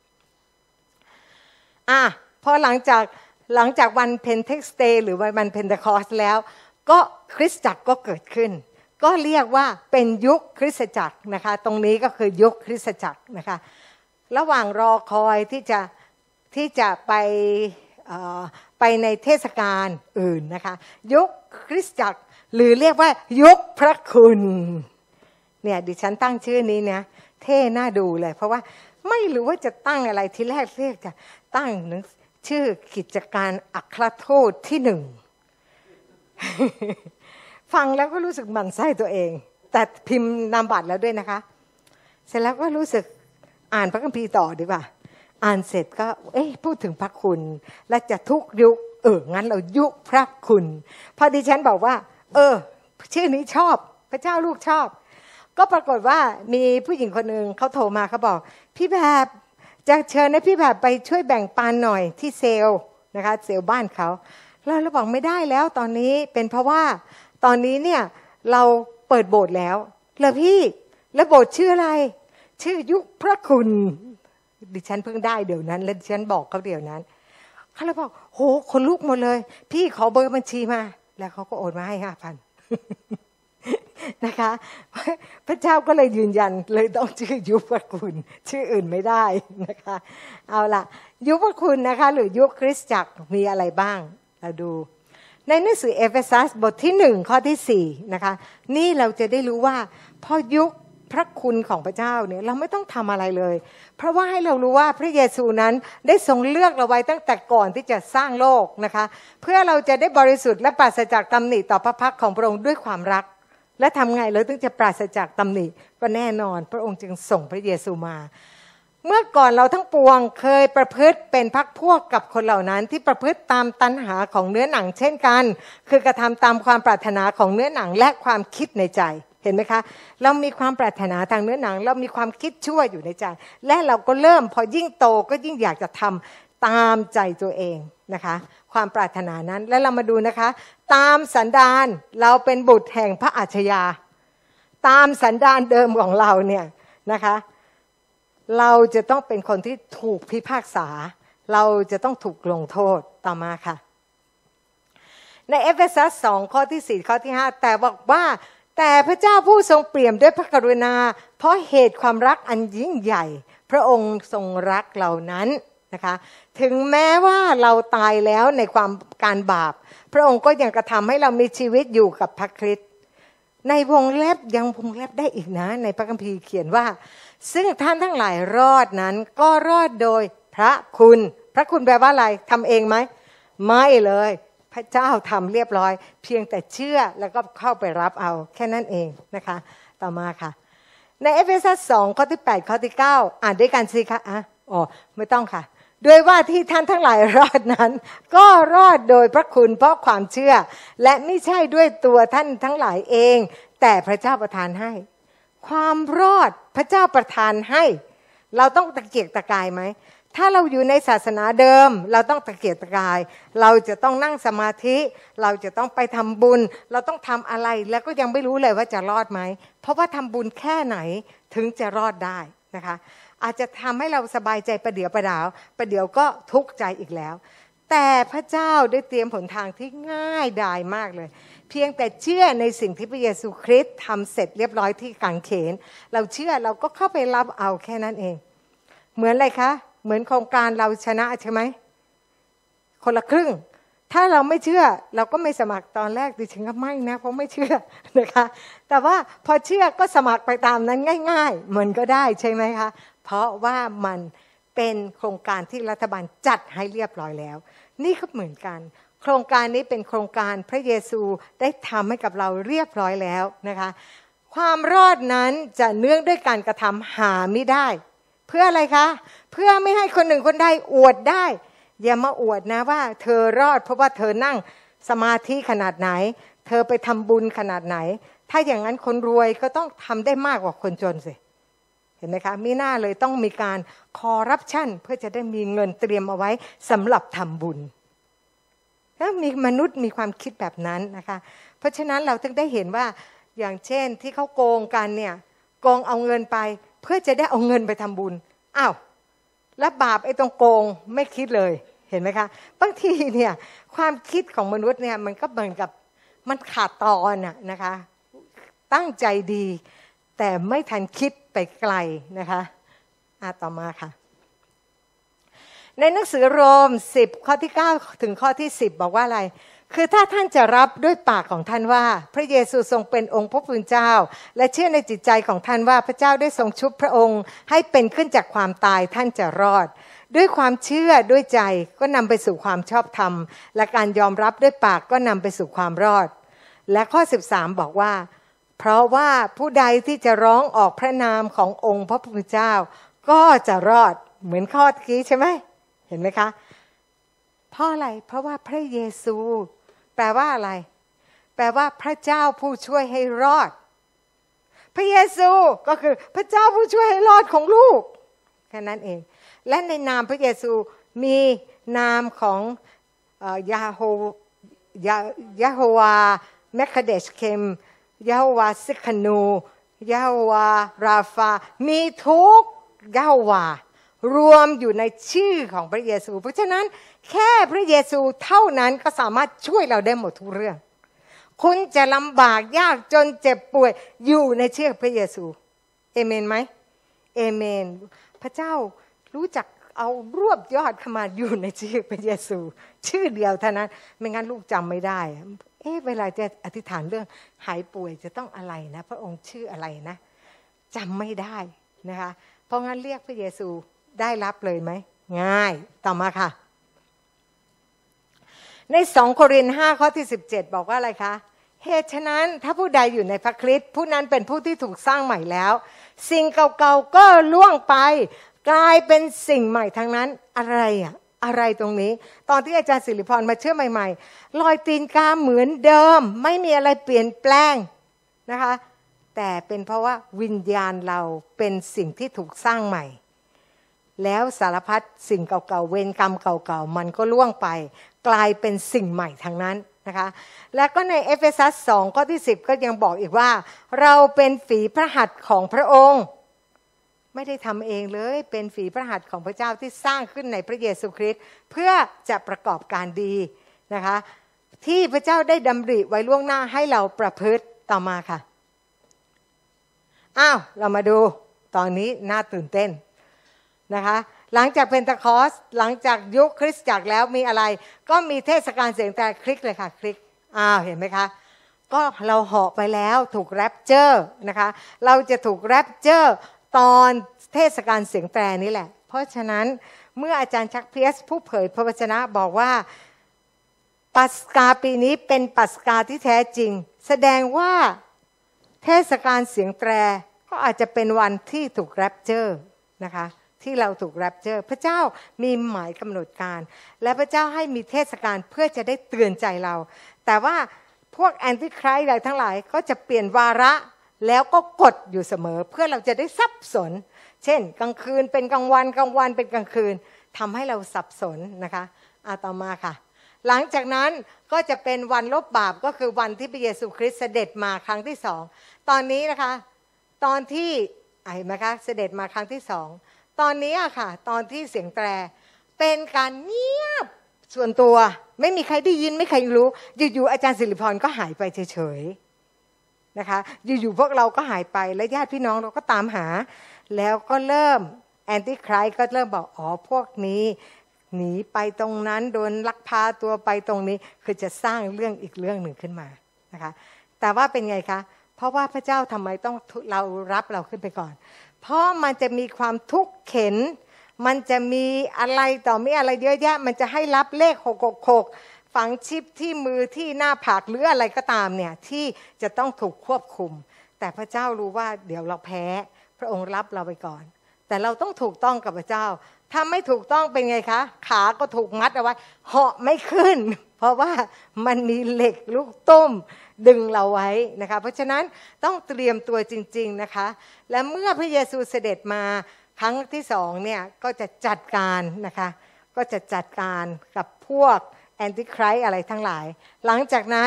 อ่ะพอหลังจากหลังจากวันเพนเทคสเตย์หรือวันเพนเทคอสแล้วก็คริสตจักรก็เกิดขึ้นก็เรียกว่าเป็นยุคคริสตจักรนะคะตรงนี้ก็คือยุคคริสตจักรนะคะระหว่างรอคอยที่จะที่จะไปไปในเทศกาลอื่นนะคะยุคคริสตจักรหรือเรียกว่ายุคพระคุณเนี่ยดิฉันตั้งชื่อนี้นะเท่น่าดูเลยเพราะว่าไม่รู้ว่าจะตั้งอะไรทีแรกเรียกจะตั้งชื่อกิจการอัครทูตที่หนึ่ง ฟังแล้วก็รู้สึกหมั่นไส้ตัวเองแต่พิมพ์นามบัตรแล้วด้วยนะคะเสร็จแล้วก็รู้สึกอ่านพระคัมภีร์ต่อดีกว่าอ่านเสร็จก็เอ๊ะพูดถึงพระคุณและจะทุกยุคเอองั้นเรายุคพระคุณพอดิฉันบอกว่าเออชื่อนี้ชอบพระเจ้าลูกชอบก็ปรากฏว่ามีผู้หญิงคนหนึ่งเขาโทรมาเขาบอกพี่แบบจะเชิญให้พี่แบบไปช่วยแบ่งปันหน่อยที่เซลล์นะคะเซลล์บ้านเขาเราเราบอกไม่ได้แล้วตอนนี้เป็นเพราะว่าตอนนี้เนี่ยเราเปิดโบสถ์แล้วแล้วพี่แล้วโบสถ์ชื่ออะไรชื่อยุคพระคุณดิฉันเพิ่งได้เดี๋ยวนั้นแล้วดิฉันบอกเขาเดี๋ยวนั้นเขาเลยบอกโหคนลุกหมดเลยพี่ขอเบอร์บัญชีมาแล้วเขาก็โอนมาให้ห้าพันนะคะพระเจ้าก็เลยยืนยันเลยต้องชื่อยุคพระคุณชื่ออื่นไม่ได้นะคะเอาล่ะยุคพระคุณนะคะหรือยุคคริสตจักรมีอะไรบ้างเราดูในหนังสือเอเฟซัสบทที่หนึ่งข้อที่สี่นะคะนี่เราจะได้รู้ว่าพอยุคพพระคุณของพระเจ้าเนี่ยเราไม่ต้องทำอะไรเลยเพราะว่าให้เรารู้ว่าพระเยซูนั้นได้ทรงเลือกเราไว้ตั้งแต่ก่อนที่จะสร้างโลกนะคะเพื่อเราจะได้บริสุทธิ์และปราศจากตำหนิต่อพระพักของพระองค์ด้วยความรักและทำไงเราถึงจะปราศจากตำหนิก็แน่นอนพระองค์จึงส่งพระเยซูมาเมื่อก่อนเราทั้งปวงเคยประพฤติเป็นพรรคพวกกับคนเหล่านั้นที่ประพฤติตามตัณหาของเนื้อหนังเช่นกันคือกระทำตามความปรารถนาของเนื้อหนังและความคิดในใจเห็นไหมคะเรามีความปรารถนาทางเนื้อหนังเรามีความคิดชั่วอยู่ในใจและเราก็เริ่มพอยิ่งโตก็ยิ่งอยากจะทำตามใจตัวเองนะคะความปรารถนานั้นแล้วเรามาดูนะคะตามสันดานเราเป็นบุตรแห่งพระอัจฉริยะตามสันดานเดิมของเราเนี่ยนะคะเราจะต้องเป็นคนที่ถูกพิพากษาเราจะต้องถูกลงโทษต่อมาค่ะในเอเฟซัสสองข้อที่สี่ข้อที่ห้าแต่บอกว่าแต่พระเจ้าผู้ทรงเปี่ยมด้วยพระกรุณาเพราะเหตุความรักอันยิ่งใหญ่พระองค์ทรงรักเหล่านั้นนะคะถึงแม้ว่าเราตายแล้วในความการบาปพระองค์ก็ยังกระทำให้เรามีชีวิตอยู่กับพระคริสต์ในวงเล็บยังวงเล็บได้อีกนะในพระคัมภีร์เขียนว่าซึ่งท่านทั้งหลายรอดนั้นก็รอดโดยพระคุณพระคุณแปลว่าอะไรทำเองไหมไม่เลยพระเจ้าทำเรียบร้อยเพียงแต่เชื่อแล้วก็เข้าไปรับเอาแค่นั้นเองนะคะต่อมาค่ะในเอเฟซัสสองข้อที่แปดข้อที่เก้าอ่านด้วยกันสิคะอ่ะอ๋อไม่ต้องค่ะด้วยว่าที่ท่านทั้งหลายรอดนั้นก็รอดโดยพระคุณเพราะความเชื่อและไม่ใช่ด้วยตัวท่านทั้งหลายเองแต่พระเจ้าประทานให้ความรอดพระเจ้าประทานให้เราต้องตะเกียกตะกายไหมถ้าเราอยู่ในศาสนาเดิมเราต้องตะเกียกตะกายเราจะต้องนั่งสมาธิเราจะต้องไปทำบุญเราต้องทำอะไรแล้วก็ยังไม่รู้เลยว่าจะรอดไหมเพราะว่าทำบุญแค่ไหนถึงจะรอดได้นะคะอาจจะทำให้เราสบายใจประเดี๋ยวประดาวประเดี๋ยวก็ทุกข์ใจอีกแล้วแต่พระเจ้าได้เตรียมหนทางที่ง่ายดายมากเลยเพียงแต่เชื่อในสิ่งที่พระเยซูคริสต์ทำเสร็จเรียบร้อยที่กางเขนเราเชื่อเราก็เข้าไปรับเอาแค่นั้นเองเหมือนอะไรคะเหมือนโครงการเราชนะใช่ไหมคนละครึ่งถ้าเราไม่เชื่อเราก็ไม่สมัครตอนแรกดิฉันก็ไม่นะเพราะไม่เชื่อนะคะแต่ว่าพอเชื่อก็สมัครไปตามนั้นง่ายๆมันก็ได้ใช่ไหมคะเพราะว่ามันเป็นโครงการที่รัฐบาลจัดให้เรียบร้อยแล้วนี่ก็เหมือนกันโครงการนี้เป็นโครงการพระเยซูได้ทำให้กับเราเรียบร้อยแล้วนะคะความรอดนั้นจะเนื่องด้วยการกระทำหาไม่ได้เพื่ออะไรคะเพื่อไม่ให้คนหนึ่งคนใดอวดได้อย่ามาอวดนะว่าเธอรอดเพราะว่าเธอนั่งสมาธิขนาดไหนเธอไปทำบุญขนาดไหนถ้าอย่างนั้นคนรวยก็ต้องทำได้มากกว่าคนจนสิเห็นไหมคะมีหน้าเลยต้องมีการคอร์รัปชันเพื่อจะได้มีเงินเตรียมเอาไว้สำหรับทำบุญถ้ามีมนุษย์มีความคิดแบบนั้นนะคะเพราะฉะนั้นเราถึงได้เห็นว่าอย่างเช่นที่เขาโกงกันเนี่ยโกงเอาเงินไปเพื่อจะได้เอาเงินไปทำบุญอ้าวแล้วบาปไอ้ตรงโกงไม่คิดเลยเห็นไหมคะบางทีเนี่ยความคิดของมนุษย์เนี่ยมันก็เหมือนกับมันขาดตอนน่ะนะคะตั้งใจดีแต่ไม่ทันคิดไปไกลนะคะอ่ะต่อมาค่ะในหนังสือโรมสิบข้อที่เก้าถึงข้อที่สิบบอกว่าอะไรคือถ้าท่านจะรับด้วยปากของท่านว่าพระเยซูทรงเป็นองค์พระผู้เป็นเจ้าและเชื่อในจิตใจของท่านว่าพระเจ้าได้ทรงชุบพระองค์ให้เป็นขึ้นจากความตายท่านจะรอดด้วยความเชื่อด้วยใจก็นำไปสู่ความชอบธรรมและการยอมรับด้วยปากก็นำไปสู่ความรอดและข้อสิบสามบอกว่าเพราะว่าผู้ใดที่จะร้องออกพระนามขององค์พระผู้เป็นเจ้าก็จะรอดเหมือนข้อกี้ใช่ไหมเห็นไหมคะเพราะอะไรเพราะว่าพระเยซูแปลว่าอะไรแปลว่าพระเจ้าผู้ช่วยให้รอดพระเยซูก็คือพระเจ้าผู้ช่วยให้รอดของลูกแค่นั้นเองและในนามพระเยซูมีนามของยาโฮยายาโฮวาเมคเดชเคมยาโฮวาซิคานูยาโฮวาราฟามีทุกยาโฮวารวมอยู่ในชื่อของพระเยซูเพราะฉะนั้นแค่พระเยซูเท่านั้นก็สามารถช่วยเราได้หมดทุกเรื่องคุณจะลำบากยากจนเจ็บป่วยอยู่ในชื่อพระเยซูเอเมนไหมเอเมนพระเจ้ารู้จักเอารวบยอดเข้ามาอยู่ในชื่อพระเยซูชื่อเดียวเท่านั้นไม่งั้นลูกจำไม่ได้เอ๊ะเวลาจะอธิษฐานเรื่องหายป่วยจะต้องอะไรนะพระองค์ชื่ออะไรนะจำไม่ได้นะคะเพราะงั้นเรียกพระเยซูได้รับเลยไหมง่ายต่อมาค่ะในสองโครินธ์ห้าข้อที่สิบเจ็ดบอกว่าอะไรคะเหตุฉะนั้นถ้าผู้ใดอยู่ในพระคริสต์ผู้นั้นเป็นผู้ที่ถูกสร้างใหม่แล้วสิ่งเก่าๆก็ล่วงไปกลายเป็นสิ่งใหม่ทั้งนั้นอะไรอะอะไรตรงนี้ตอนที่อาจารย์ศิริพรมาเชื่อใหม่ๆลอยตีนกาเหมือนเดิมไม่มีอะไรเปลี่ยนแปลงนะคะแต่เป็นเพราะว่าวิญญาณเราเป็นสิ่งที่ถูกสร้างใหม่แล้วสารพัดสิ่งเก่าๆเวรกรรมเก่าๆมันก็ล่วงไปกลายเป็นสิ่งใหม่ทั้งนั้นนะคะและก็ในเอเฟซัสสองข้อที่สิบก็ยังบอกอีกว่าเราเป็นฝีพระหัตถ์ของพระองค์ไม่ได้ทำเองเลยเป็นฝีพระหัตถ์ของพระเจ้าที่สร้างขึ้นในพระเยซูคริสต์เพื่อจะประกอบการดีนะคะที่พระเจ้าได้ดำริไว้ล่วงหน้าให้เราประพฤติต่อมาค่ะอ้าวเรามาดูตอนนี้น่าตื่นเต้นนะคะหลังจากเพนทะคอสหลังจากยุคคริสตจักรแล้วมีอะไรก็มีเทศกาลเสียงแตรคลิกเลยค่ะคลิกอ้าวเห็นไหมคะก็เราเหาะไปแล้วถูกแรปเจอร์นะคะเราจะถูกแรปเจอร์ตอนเทศกาลเสียงแตรนี้แหละเพราะฉะนั้นเมื่ออาจารย์ชักเพียสผู้เผยพระวจนะบอกว่าปัสกาปีนี้เป็นปัสกาที่แท้จริงแสดงว่าเทศกาลเสียงแตรก็อาจจะเป็นวันที่ถูกแรปเจอร์นะคะที่เราถูกแรปเจอร์พระเจ้ามีหมายกำหนดการและพระเจ้าให้มีเทศกาลเพื่อจะได้เตือนใจเราแต่ว่าพวกแอนติไครส์อะไรทั้งหลายก็จะเปลี่ยนวาระแล้วก็กดอยู่เสมอเพื่อเราจะได้สับสนเช่นกลางคืนเป็นกลางวันกลางวันเป็นกลางคืนทำให้เราสับสนนะคะอาต่อมาค่ะหลังจากนั้นก็จะเป็นวันลบบาปก็คือวันที่พระเยซูคริสต์เสด็จมาครั้งที่สองตอนนี้นะคะตอนที่เห็นไหมคะเสด็จมาครั้งที่สองตอนนี้อะค่ะตอนที่เสียงแตรเป็นการเงียบส่วนตัวไม่มีใครได้ยินไม่ใครรู้อยู่ๆอาจารย์ศิริพรก็หายไปเฉยๆนะคะอยู่ๆพวกเราก็หายไปและญาติพี่น้องเราก็ตามหาแล้วก็เริ่มแอนติไครส์ก็เริ่มบอกอ๋อพวกนี้หนีไปตรงนั้นโดนลักพาตัวไปตรงนี้คือจะสร้างเรื่องอีกเรื่องหนึ่งขึ้นมานะคะแต่ว่าเป็นไงคะเพราะว่าพระเจ้าทำไมต้องเรารับเราขึ้นไปก่อนเพราะมันจะมีความทุกข์เข็นมันจะมีอะไรต่อมีอะไรเยอะแยะมันจะให้รับเลขหกหกหกฝังชิปที่มือที่หน้าผากหรืออะไรก็ตามเนี่ยที่จะต้องถูกควบคุมแต่พระเจ้ารู้ว่าเดี๋ยวเราแพ้พระองค์รับเราไปก่อนแต่เราต้องถูกต้องกับพระเจ้าถ้าไม่ถูกต้องเป็นไงคะขาก็ถูกมัดเอาไว้เหาะไม่ขึ้นเพราะว่ามันมีเหล็กลูกตุ้มดึงเราไว้นะคะเพราะฉะนั้นต้องเตรียมตัวจริงๆนะคะและเมื่อพระเยซูเสด็จมาครั้งที่สองเนี่ยก็จะจัดการนะคะก็จะจัดการกับพวกแอนติไครส์อะไรทั้งหลายหลังจากนั้น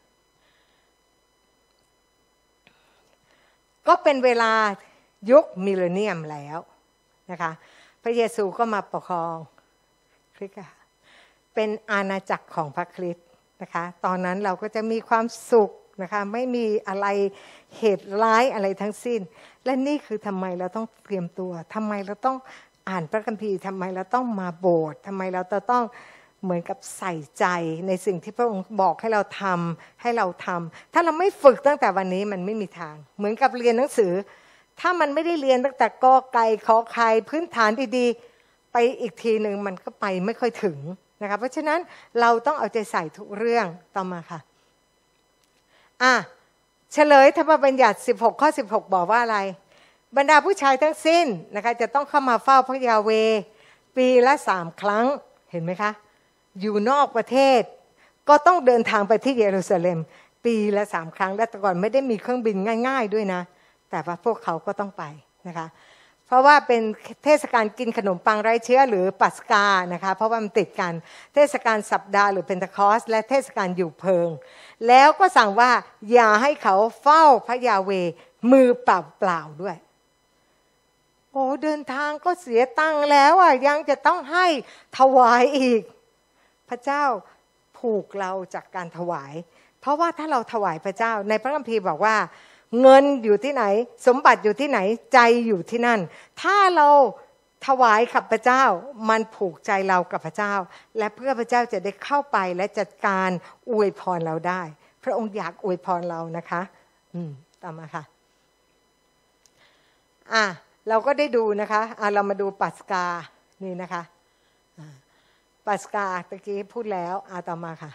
ก็เป็นเวลายุคมิลเลนเนียมแล้วนะคะพระเยซูก็มาปกครองคริสต์เป็นอาณาจักรของพระคริสต์นะคะตอนนั้นเราก็จะมีความสุขนะคะไม่มีอะไรเหตุร้ายอะไรทั้งสิ้นและนี่คือทำไมเราต้องเตรียมตัวทำไมเราต้องอ่านพระคัมภีร์ทำไมเราต้องมาโบสถ์ทำไมเราจะต้องเหมือนกับใส่ใจในสิ่งที่พระองค์บอกให้เราทำให้เราทำถ้าเราไม่ฝึกตั้งแต่วันนี้มันไม่มีทางเหมือนกับเรียนหนังสือถ้ามันไม่ได้เรียนตั้งแต่กอไก่ขอไข่พื้นฐานดีๆไปอีกทีหนึ่งมันก็ไปไม่ค่อยถึงนะคะเพราะฉะนั้นเราต้องเอาใจใส่ทุกเรื่องต่อมาค่ะอ่ะเฉลยธรรมบัญญัติสิบหกข้อสิบหกบอกว่าอะไรบรรดาผู้ชายทั้งสิ้นนะคะจะต้องเข้ามาเฝ้าพระยาเวห์ปีละสามครั้งเห็นไหมคะอยู่นอกประเทศก็ต้องเดินทางไปที่เยรูซาเล็มปีละสามครั้งและแต่ก่อนไม่ได้มีเครื่องบินง่ายๆด้วยนะแต่ว่าพวกเขาก็ต้องไปนะคะเพราะว่าเป็นเทศกาลกินขนมปังไร้เชื้อหรือปัสกานะคะเพราะว่ามันติดกันเทศกาลสัปดาห์หรือเพนทะคอสและเทศกาลอยู่เพิงแล้วก็สั่งว่าอย่าให้เขาเฝ้าพระยาเวห์มือเปล่าๆด้วยโอ้เดินทางก็เสียตังค์แล้วอ่ะยังจะต้องให้ถวายอีกพระเจ้าผูกเราจากการถวายเพราะว่าถ้าเราถวายพระเจ้าในพระคัมภีร์บอกว่าเงินอยู่ที่ไหนสมบัติอยู่ที่ไหนใจอยู่ที่นั่นถ้าเราถวายกับพระเจ้ามันผูกใจเรากับพระเจ้าและเพื่อพระเจ้าจะได้เข้าไปและจัดการอวยพรเราได้พระองค์อยากอวยพรเรานะคะอืมตามมาค่ะอ่ะเราก็ได้ดูนะคะอ่ะเรามาดูปัสกานี่นะคะปัสกาตะกี้พูดแล้วอ่ะต่อมาค่ะ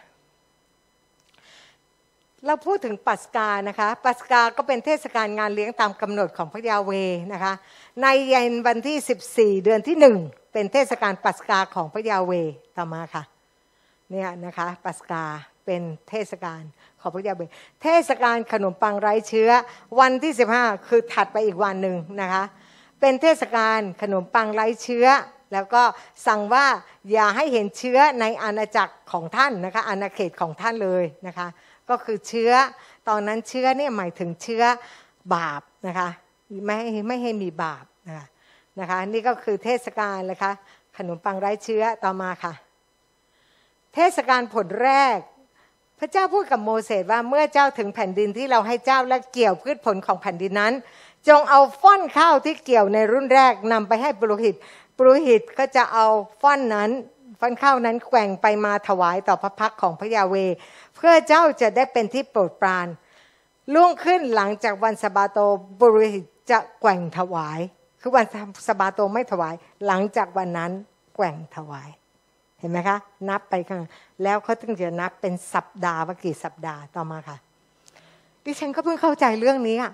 เราพูดถึงปัสกานะคะปัสกาก็เป็นเทศกาลงานเลี้ยงตามกำหนดของพระยาเวห์นะคะในเย็นวันที่สิบสี่เดือนที่หนึ่งเป็นเทศกาลปัสกาของพระยาเวห์ต่อมาค่ะเนี่ยนะคะปัสกาเป็นเทศกาลของพระยาเวห์เทศกาลขนมปังไร้เชื้อวันที่สิบห้าคือถัดไปอีกวันหนึ่งนะคะเป็นเทศกาลขนมปังไร้เชื้อแล้วก็สั่งว่าอย่าให้เห็นเชื้อในอาณาจักรของท่านนะคะอาณาเขตของท่านเลยนะคะก็คือเชื้อตอนนั้นเชื้อเนี่ยหมายถึงเชื้อบาปนะคะไม่ให้ไม่ให้มีบาปนะคะนะคะนี่ก็คือเทศกาลนะคะขนมปังไร้เชื้อต่อมาค่ะเทศกาลผลแรกพระเจ้าพูดกับโมเสสว่าเมื่อเจ้าถึงแผ่นดินที่เราให้เจ้าและเกี่ยวพืชผลของแผ่นดินนั้นจงเอาฟ้อนข้าวที่เกี่ยวในรุ่นแรกนำไปให้ปุโรหิตปุโรหิตก็จะเอาฟ้อนนั้นฟ้อนข้าวนั้นแกว่งไปมาถวายต่อพระพักของพระยาเวห์เพื่อเจ้าจะได้เป็นที่โปรดปรานล่วงขึ้นหลังจากวันสะบาโตปุโรหิตจะแกว่งถวายคือวันสะบาโตไม่ถวายหลังจากวันนั้นแกว่งถวายเห็นไหมคะนับไปข้างแล้วเขาถึงจะนับเป็นสัปดาห์ว่ากี่สัปดาห์ต่อมาค่ะดิฉันก็เพิ่งเข้าใจเรื่องนี้อ่ะ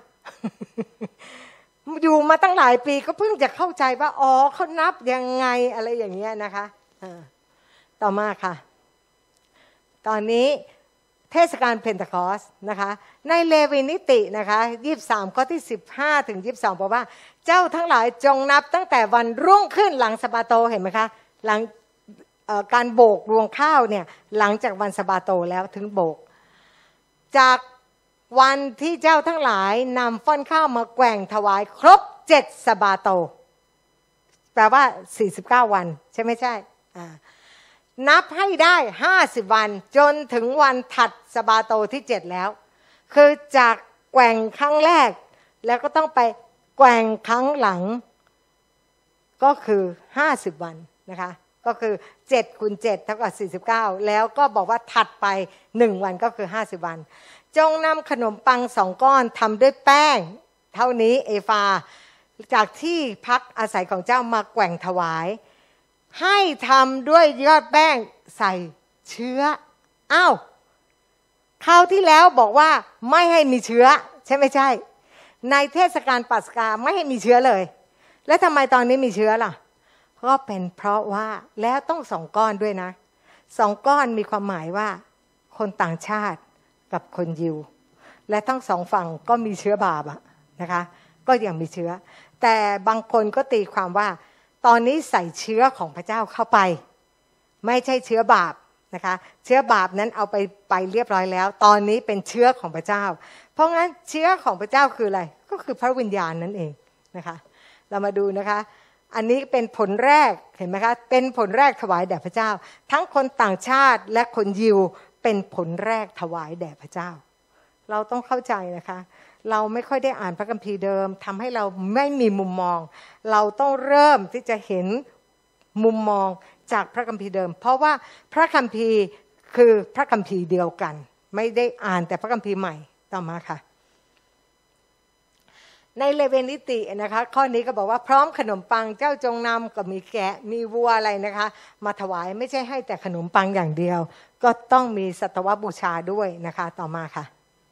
อยู่มาตั้งหลายปีก็เพิ่งจะเข้าใจว่าอ๋อเขานับยังไงอะไรอย่างเงี้ยนะคะต่อมาค่ะตอนนี้เทศกาลเพนทะคอสนะคะในเลวีนิตินะคะยี่สิบสามข้อที่สิบห้าถึงยี่สิบสองบอกว่าเจ้าทั้งหลายจงนับตั้งแต่วันรุ่งขึ้นหลังสะบาโตเห็นไหมคะหลังการโบกรวงข้าวเนี่ยหลังจากวันสะบาโตแล้วถึงโบกจากวันที่เจ้าทั้งหลายนำฟ้อนข้าวมาแกว่งถวายครบเจ็ดสะบาโตแปลว่าสี่สิบเก้าวันใช่ไม่ใช่อ่านับให้ได้ห้าสิบวันจนถึงวันถัดสะบาโตที่เจ็ดแล้วคือจากแกว่งครั้งแรกแล้วก็ต้องไปแกว่งครั้งหลังก็คือห้าสิบวันนะคะก็คือเจ็ดคูณเจ็ดเท่ากับสี่สิบเก้าแล้วก็บอกว่าถัดไปหนึ่งวันก็คือห้าสิบวันจงนำขนมปังสองก้อนทำด้วยแป้งเท่านี้เอฟาจากที่พักอาศัยของเจ้ามาแกว่งถวายให้ทำด้วยยอดแป้งใส่เชื้ออ้าวคราวที่แล้วบอกว่าไม่ให้มีเชื้อใช่ไม่ใช่ในเทศกาลปัสกาไม่ให้มีเชื้อเลยแล้วทำไมตอนนี้มีเชื้อล่ะก็เป็นเพราะว่าแล้วต้องสองก้อนด้วยนะสองก้อนมีความหมายว่าคนต่างชาติกับคนยิวและทั้งสองฝั่งก็มีเชื้อบาปนะคะก็ยังมีเชื้อแต่บางคนก็ตีความว่าตอนนี้ใส่เชื้อของพระเจ้าเข้าไปไม่ใช่เชื้อบาปนะคะเชื้อบาปนั้นเอาไปไปเรียบร้อยแล้วตอนนี้เป็นเชื้อของพระเจ้าเพราะงั้นเชื้อของพระเจ้าคืออะไรก็คือพระวิญญาณนั่นเองนะคะเรามาดูนะคะอันนี้เป็นผลแรกเห็นไหมคะเป็นผลแรกถวายแด่พระเจ้าทั้งคนต่างชาติและคนยิวเป็นผลแรกถวายแด่พระเจ้าเราต้องเข้าใจนะคะเราไม่ค่อยได้อ่านพระคัมภีร์เดิมทำให้เราไม่มีมุมมองเราต้องเริ่มที่จะเห็นมุมมองจากพระคัมภีร์เดิมเพราะว่าพระคัมภีร์คือพระคัมภีร์เดียวกันไม่ได้อ่านแต่พระคัมภีร์ใหม่ต่อมาค่ะในเลเวนิตินะคะข้อนี้ก็บอกว่าพร้อมขนมปังเจ้าจงนำก็มีแกะมีวัวอะไรนะคะมาถวายไม่ใช่ให้แต่ขนมปังอย่างเดียวก็ต้องมีสัตวบูชาด้วยนะคะต่อมาค่ะ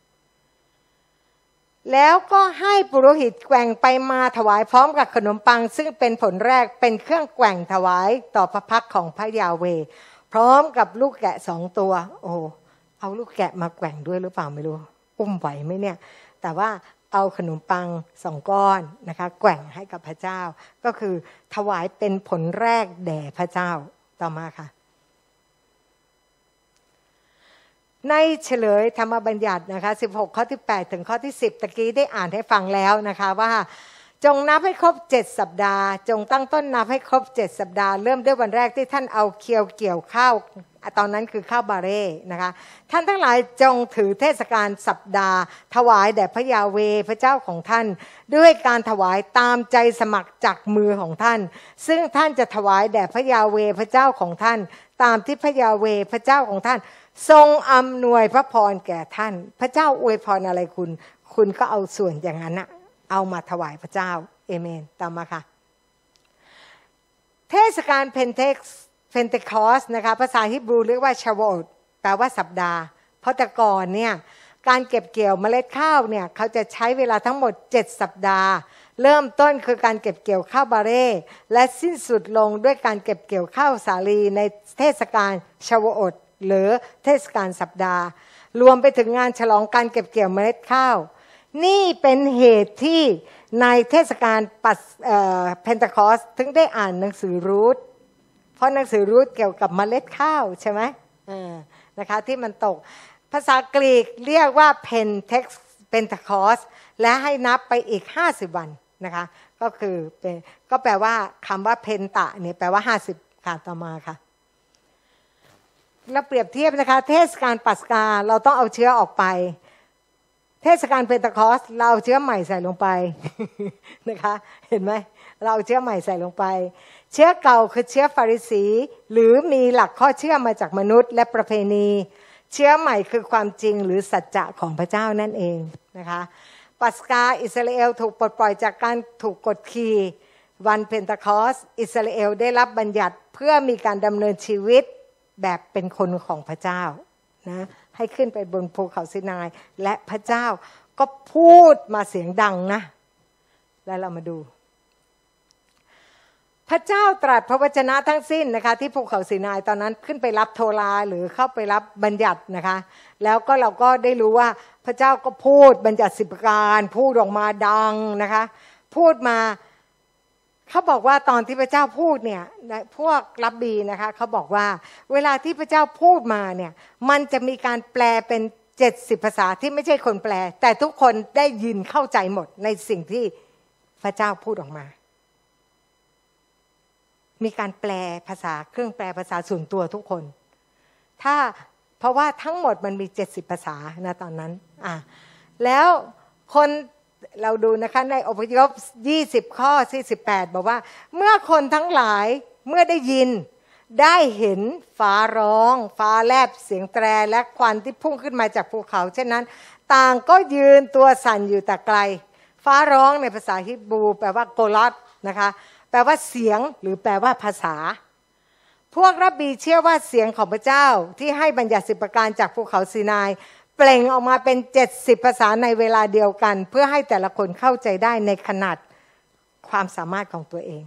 แล้วก็ให้ปุโรหิตแกว่งไปมาถวายพร้อมกับขนมปังซึ่งเป็นผลแรกเป็นเครื่องแกว่งถวายต่อพระพักของพระยาเวห์พร้อมกับลูกแกะสองตัวโอ้เอาลูกแกะมาแกว่งด้วยหรือเปล่าไม่รู้อุ้มไหวไหมเนี่ยแต่ว่าเอาขนมปังสองก้อนนะคะแกว่งให้กับพระเจ้าก็คือถวายเป็นผลแรกแด่พระเจ้าต่อมาค่ะในเฉลยธรรมบัญญัตินะคะสิบหกข้อที่แปดถึงข้อที่สิบตะกี้ได้อ่านให้ฟังแล้วนะคะว่าจงนับให้ครบเจ็ดสัปดาห์จงตั้งต้นนับให้ครบเจ็ดสัปดาห์เริ่มด้วยวันแรกที่ท่านเอาเคียวเกี่ยวข้าวตอนนั้นคือข้าวบาเร่นะคะท่านทั้งหลายจงถือเทศกาลสัปดาห์ถวายแด่พระยาเวห์พระเจ้าของท่านด้วยการถวายตามใจสมัครจากมือของท่านซึ่งท่านจะถวายแด่พระยาเวห์พระเจ้าของท่านตามที่พระยาเวห์พระเจ้าของท่านทรงอำนวยพระพรแก่ท่านพระเจ้าอวยพรอะไรคุณคุณก็เอาส่วนอย่างนั้นนะเอามาถวายพระเจ้าเอเมนตามมาค่ะเทศกาลเพนเทคเพนเทคอสนะคะภาษาฮีบรูเรียกว่าชาวอตแปลว่าสัปดาห์เพราะแต่ก่อนเนี่ยการเก็บเกี่ยวเมล็ดข้าวเนี่ยเขาจะใช้เวลาทั้งหมดเจ็ดสัปดาห์เริ่มต้นคือการเก็บเกี่ยวข้าวบาเร่และสิ้นสุดลงด้วยการเก็บเกี่ยวข้าวสาลีในเทศกาลชาวอตหรือเทศกาลสัปดาห์รวมไปถึงงานฉลองการเก็บเกี่ยวเมล็ดข้าวนี่เป็นเหตุที่ในเทศกาลปัสเพนเทคอสถึงได้อ่านหนังสือรูทเพราะหนังสือรูทเกี่ยวกับเมล็ดข้าวใช่ไหมนะคะที่มันตกภาษากรีกเรียกว่าเพนเทคเพนเทคอสและให้นับไปอีกห้าสิบวันนะคะก็คือเป็นก็แปลว่าคำว่าเพนตะเนี่ยแปลว่าห้าสิบค่ะต่อมาค่ะเราเปรียบเทียบนะคะเทศกาลปัสกาเราต้องเอาเชื้อออกไปเทศกาลเพนเทคอสเราเอาเชื้อใหม่ใส่ลงไปนะคะเห็นไหมเราเอาเชื้อใหม่ใส่ลงไปเชื้อเก่าคือเชื้อฟาริสีหรือมีหลักข้อเชื่อมาจากมนุษย์และประเพณีเชื้อใหม่คือความจริงหรือสัจจะของพระเจ้านั่นเองนะคะปัสกาอิสราเอลถูกปลดปล่อยจากการถูกกดขี่วันเพนเทคอสอิสราเอลได้รับบัญญัติเพื่อมีการดำเนินชีวิตแบบเป็นคนของพระเจ้านะให้ขึ้นไปบนภูเขาซินายและพระเจ้าก็พูดมาเสียงดังนะแล้วเรามาดูพระเจ้าตรัสพระวจนะทั้งสิ้นนะคะที่ภูเขาซินายตอนนั้นขึ้นไปรับโทราหรือเข้าไปรับบัญญัตินะคะแล้วก็เราก็ได้รู้ว่าพระเจ้าก็พูดบัญญัติสิบประการพูดออกมาดังนะคะพูดมาเขาบอกว่าตอนที่พระเจ้าพูดเนี่ยพวกรับบีนะคะเขาบอกว่าเวลาที่พระเจ้าพูดมาเนี่ยมันจะมีการแปลเป็นเจ็ดสิบภาษาที่ไม่ใช่คนแปลแต่ทุกคนได้ยินเข้าใจหมดในสิ่งที่พระเจ้าพูดออกมามีการแปลภาษาเครื่องแปลภาษาส่วนตัวทุกคนถ้าเพราะว่าทั้งหมดมันมีเจ็ดสิบภาษานะตอนนั้นอ่ะแล้วคนเราดูนะคะในอพยพยี่สิบข้อสี่สิบแปดบอกว่าเมื่อคนทั้งหลายเมื่อได้ยินได้เห็นฟ้าร้องฟ้าแลบเสียงแตรและควันที่พุ่งขึ้นมาจากภูเขาเช่นนั้นต่างก็ยืนตัวสั่นอยู่แต่ไกลฟ้าร้องในภาษาฮีบรูแปลว่าโกลอตนะคะแปลว่าเสียงหรือแปลว่าภาษาพวกรับบีเชื่อว่าเสียงของพระเจ้าที่ให้บัญญัติสิบประการจากภูเขาซีนายเปล่งออกมาเป็นเจ็ดสิบภาษาในเวลาเดียวกันเพื่อให้แต่ละคนเข้าใจได้ในขนาดความสามารถของตัวเอง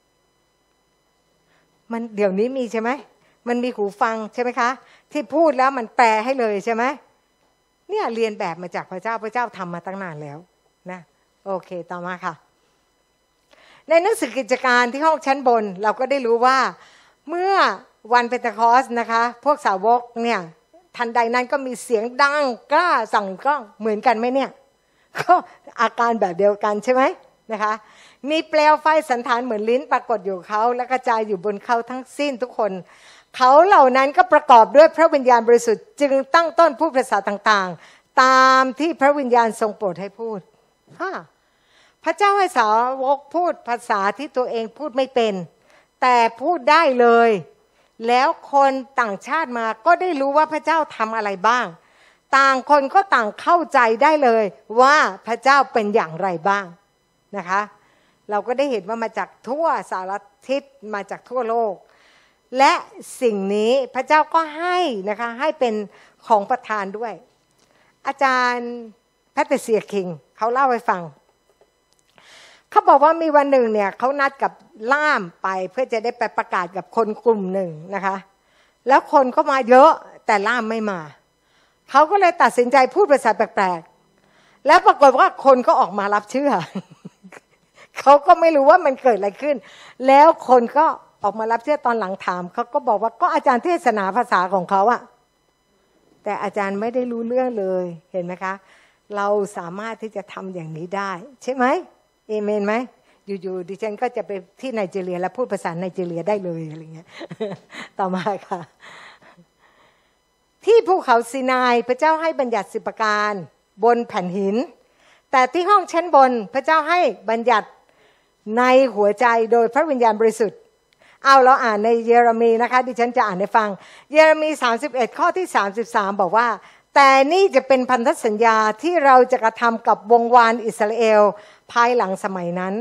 มันเดี๋ยวนี้มีใช่ไหมมันมีหูฟังใช่ไหมคะที่พูดแล้วมันแปลให้เลยใช่ไหมเนี่ยเรียนแบบมาจากพระเจ้าพระเจ้าทำมาตั้งนานแล้วนะโอเคต่อมาค่ะในหนังสือกิจการที่ห้องชั้นบนเราก็ได้รู้ว่าเมื่อวันเพนเทคอสนะคะพวกสาวกเนี่ยทันใดนั้นก็มีเสียงดังกล้าสั่งก็เหมือนกันไหมเนี่ยก็อาการแบบเดียวกันใช่ไหมนะคะมีเปลวไฟสันฐานเหมือนลิ้นปรากฏอยู่เขาและกระจายอยู่บนเขาทั้งสิ้นทุกคนเขาเหล่านั้นก็ประกอบด้วยพระวิญญาณบริสุทธิ์จึงตั้งต้นพูดภาษาต่างๆตามที่พระวิญญาณทรงโปรดให้พูดฮะพระเจ้าให้สาวกพูดภาษาที่ตัวเองพูดไม่เป็นแต่พูดได้เลยแล้วคนต่างชาติมาก็ได้รู้ว่าพระเจ้าทำอะไรบ้างต่างคนก็ต่างเข้าใจได้เลยว่าพระเจ้าเป็นอย่างไรบ้างนะคะเราก็ได้เห็นว่ามาจากทั่วสารทิศมาจากทั่วโลกและสิ่งนี้พระเจ้าก็ให้นะคะให้เป็นของประทานด้วยอาจารย์แพทริเซียคิงเขาเล่าให้ฟังเขาบอกว่ามีวันหนึ่งเนี่ยเขานัดกับล่ามไปเพื่อจะได้ไปประกาศกับคนกลุ่มหนึ่งนะคะแล้วคนก็มาเยอะแต่ล่ามไม่มาเขาก็เลยตัดสินใจพูดภาษาแปลกๆแล้วปรากฏว่าคนก็ออกมารับเชื่อ เขาก็ไม่รู้ว่ามันเกิดอะไรขึ้นแล้วคนก็ออกมารับเชื่อตอนหลังถามเขาก็บอกว่าก็อาจารย์เทศนาภาษาของเขาอะแต่อาจารย์ไม่ได้รู้เรื่องเลยเห็นไหมคะเราสามารถที่จะทำอย่างนี้ได้ใช่ไหมเอเมนไหมอยู่ๆดิฉันก็จะไปที่ไนจีเรียแล้วพูดภาษาไนจีเรียได้เลยอะไรเงี้ย ต่อมาค่ะที่ภูเขาซีนายพระเจ้าให้บัญญัติสิบประการบนแผ่นหินแต่ที่ห้องชั้นบนพระเจ้าให้บัญญัติในหัวใจโดยพระวิญญาณบริสุทธิ์เอาเราอ่านในเยเรมีนะคะดิฉันจะอ่านให้ฟังเยเรมีสามสิบเอ็ดข้อที่สามสิบสามบอกว่าแต่นี่จะเป็นพันธสัญญาที่เราจะกระทำกับวงวานอิสราเอลภายหลังสมัยนั้น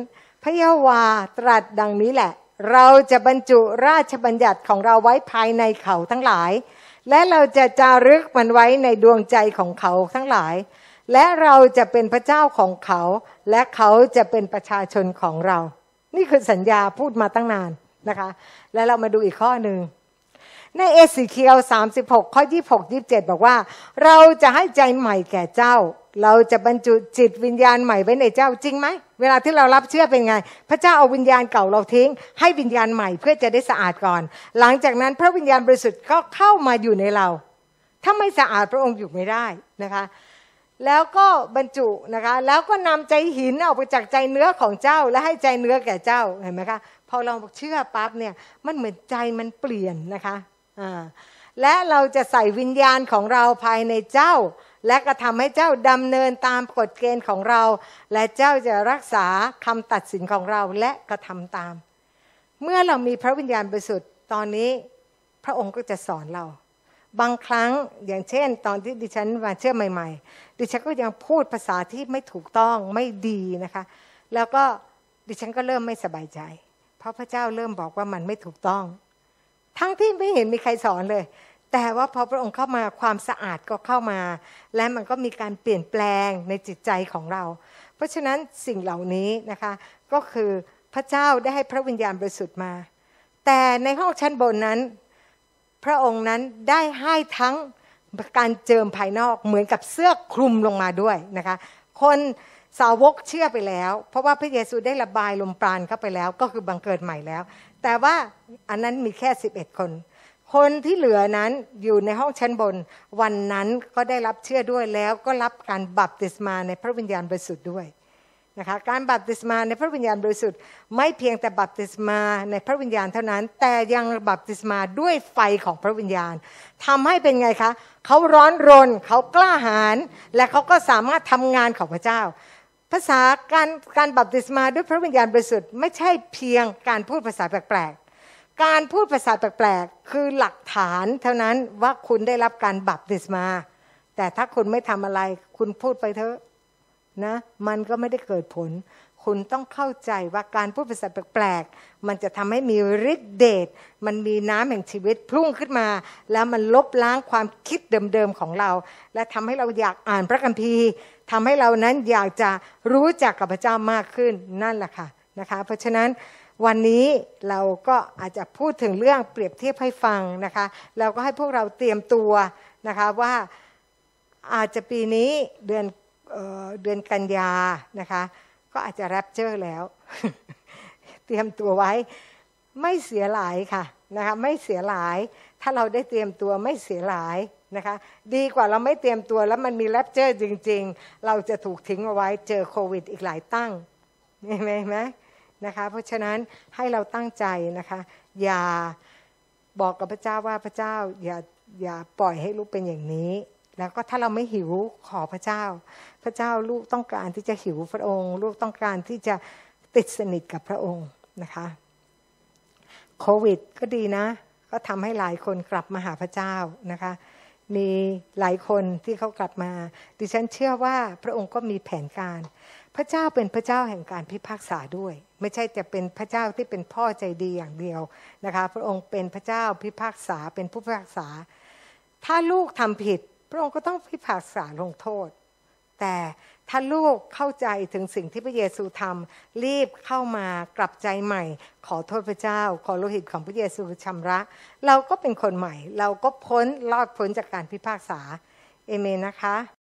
ระยะวาตรัสดังนี้แหละเราจะบรรจุราชบัญญัติของเราไว้ภายในเขาทั้งหลายและเราจะจารึกมันไว้ในดวงใจของเขาทั้งหลายและเราจะเป็นพระเจ้าของเขาและเขาจะเป็นประชาชนของเรานี่คือสัญญาพูดมาตั้งนานนะคะแล้วเรามาดูอีกข้อหนึ่งในเอสีเคียวสามสิบหกข้อยี่สิบหก ยี่สิบเจ็ดบอกว่าเราจะให้ใจใหม่แก่เจ้าเราจะบรรจุจิตวิญญาณใหม่ไว้ในเจ้าจริงไหมเวลาที่เรารับเชื่อเป็นไงพระเจ้าเอาวิญญาณเก่าเราทิ้งให้วิญญาณใหม่เพื่อจะได้สะอาดก่อนหลังจากนั้นพระวิญญาณบริสุทธิ์ก็เข้ามาอยู่ในเราถ้าไม่สะอาดพระองค์อยู่ไม่ได้นะคะแล้วก็บรรจุนะคะแล้วก็นำใจหินออกไปจากใจเนื้อของเจ้าและให้ใจเนื้อแก่เจ้าเห็นไหมคะพอเราเชื่อปั๊บเนี่ยมันเหมือนใจมันเปลี่ยนนะคะอ่าและเราจะใส่วิญญาณของเราภายในเจ้าและก็ทำให้เจ้าดำเนินตามกฎเกณฑ์ของเราและเจ้าจะรักษาคำตัดสินของเราและกระทำตามเมื่อเรามีพระวิญญาณบริสุทธิ์ตอนนี้พระองค์ก็จะสอนเราบางครั้งอย่างเช่นตอนที่ดิฉันมาเชื่อใหม่ๆดิฉันก็ยังพูดภาษาที่ไม่ถูกต้องไม่ดีนะคะแล้วก็ดิฉันก็เริ่มไม่สบายใจเพราะพระเจ้าเริ่มบอกว่ามันไม่ถูกต้องทั้งที่ไม่เห็นมีใครสอนเลยแต่ว่าพอพระองค์เข้ามาความสะอาดก็เข้ามาและมันก็มีการเปลี่ยนแปลงในจิตใจของเราเพราะฉะนั้นสิ่งเหล่านี้นะคะก็คือพระเจ้าได้ให้พระวิญญาณบริสุทธิ์มาแต่ในห้องชั้นบนนั้นพระองค์นั้นได้ให้ทั้งการเจิมภายนอกเหมือนกับเสื้อคลุมลงมาด้วยนะคะคนสาวกเชื่อไปแล้วเพราะว่าพระเยซูได้ระบายลมปราณเข้าไปแล้วก็คือบังเกิดใหม่แล้วแต่ว่าอันนั้นมีแค่สิบเอ็ดคนคนที่เหลือนั้นอยู่ในห้องชั้นบนวันนั้นก็ได้รับเชื่อด้วยแล้วก็รับการบัพติศมาในพระวิญญาณบริสุทธิ์ด้วยนะคะการบัพติศมาในพระวิญญาณบริสุทธิ์ไม่เพียงแต่บัพติศมาในพระวิญญาณเท่านั้นแต่ยังบัพติศมาด้วยไฟของพระวิญญาณทำให้เป็นไงคะเขาร้อนรนเขากล้าหาญและเขาก็สามารถทำงานของพระเจ้าภาษาการการบัพติศมาด้วยพระวิญญาณบริสุทธิ์ไม่ใช่เพียงการพูดภาษาแปลกๆการพูดภาษาแปลกๆคือหลักฐานเท่านั้นว่าคุณได้รับการบัพติศมาแต่ถ้าคุณไม่ทำอะไรคุณพูดไปเถอะนะมันก็ไม่ได้เกิดผลคุณต้องเข้าใจว่าการพูดภาษาแปลกๆมันจะทำให้มีฤทธิ์เดชมันมีน้ำแห่งชีวิตพุ่งขึ้นมาแล้วมันลบล้างความคิดเดิมๆของเราและทำให้เราอยากอ่านพระคัมภีร์ทำให้เรานั้นอยากจะรู้จักกับพระเจ้ามากขึ้นนั่นแหละค่ะนะคะเพราะฉะนั้นวันนี้เราก็อาจจะพูดถึงเรื่องเปรียบเทียบให้ฟังนะคะเราก็ให้พวกเราเตรียมตัวนะคะว่าอาจจะปีนี้เดือนเอ่อเดือนกันยานะคะก็อาจจะแรปเจอร์แล้ว เตรียมตัวไว้ไม่เสียหลายค่ะนะคะไม่เสียหลายถ้าเราได้เตรียมตัวไม่เสียหลายนะคะดีกว่าเราไม่เตรียมตัวแล้วมันมีแรปเจอร์จริงๆเราจะถูกทิ้งเอาไว้เจอโควิดอีกหลายตั้งเห็นไหมนะคะเพราะฉะนั้นให้เราตั้งใจนะคะอย่าบอกกับพระเจ้าว่าพระเจ้าอย่าอย่าปล่อยให้ลูกเป็นอย่างนี้แล้วก็ถ้าเราไม่หิวขอพระเจ้าพระเจ้าลูกต้องการที่จะหิวพระองค์ลูกต้องการที่จะติดสนิทกับพระองค์นะคะโควิดก็ดีนะก็ทำให้หลายคนกลับมาหาพระเจ้านะคะมีหลายคนที่เขากลับมาดิฉันเชื่อว่าพระองค์ก็มีแผนการพระเจ้าเป็นพระเจ้าแห่งการพิพากษาด้วยไม่ใช่จะเป็นพระเจ้าที่เป็นพ่อใจดีอย่างเดียวนะคะพระองค์เป็นพระเจ้าพิพากษาเป็นผู้พิพากษาถ้าลูกทำผิดพระองค์ก็ต้องพิพากษาลงโทษแต่ถ้าลูกเข้าใจถึงสิ่งที่พระเยซูทำรีบเข้ามากลับใจใหม่ขอโทษพระเจ้าขอโลหิตของพระเยซูชำระเราก็เป็นคนใหม่เราก็พ้นรอดพ้นจากการพิพากษาเอเมนนะคะ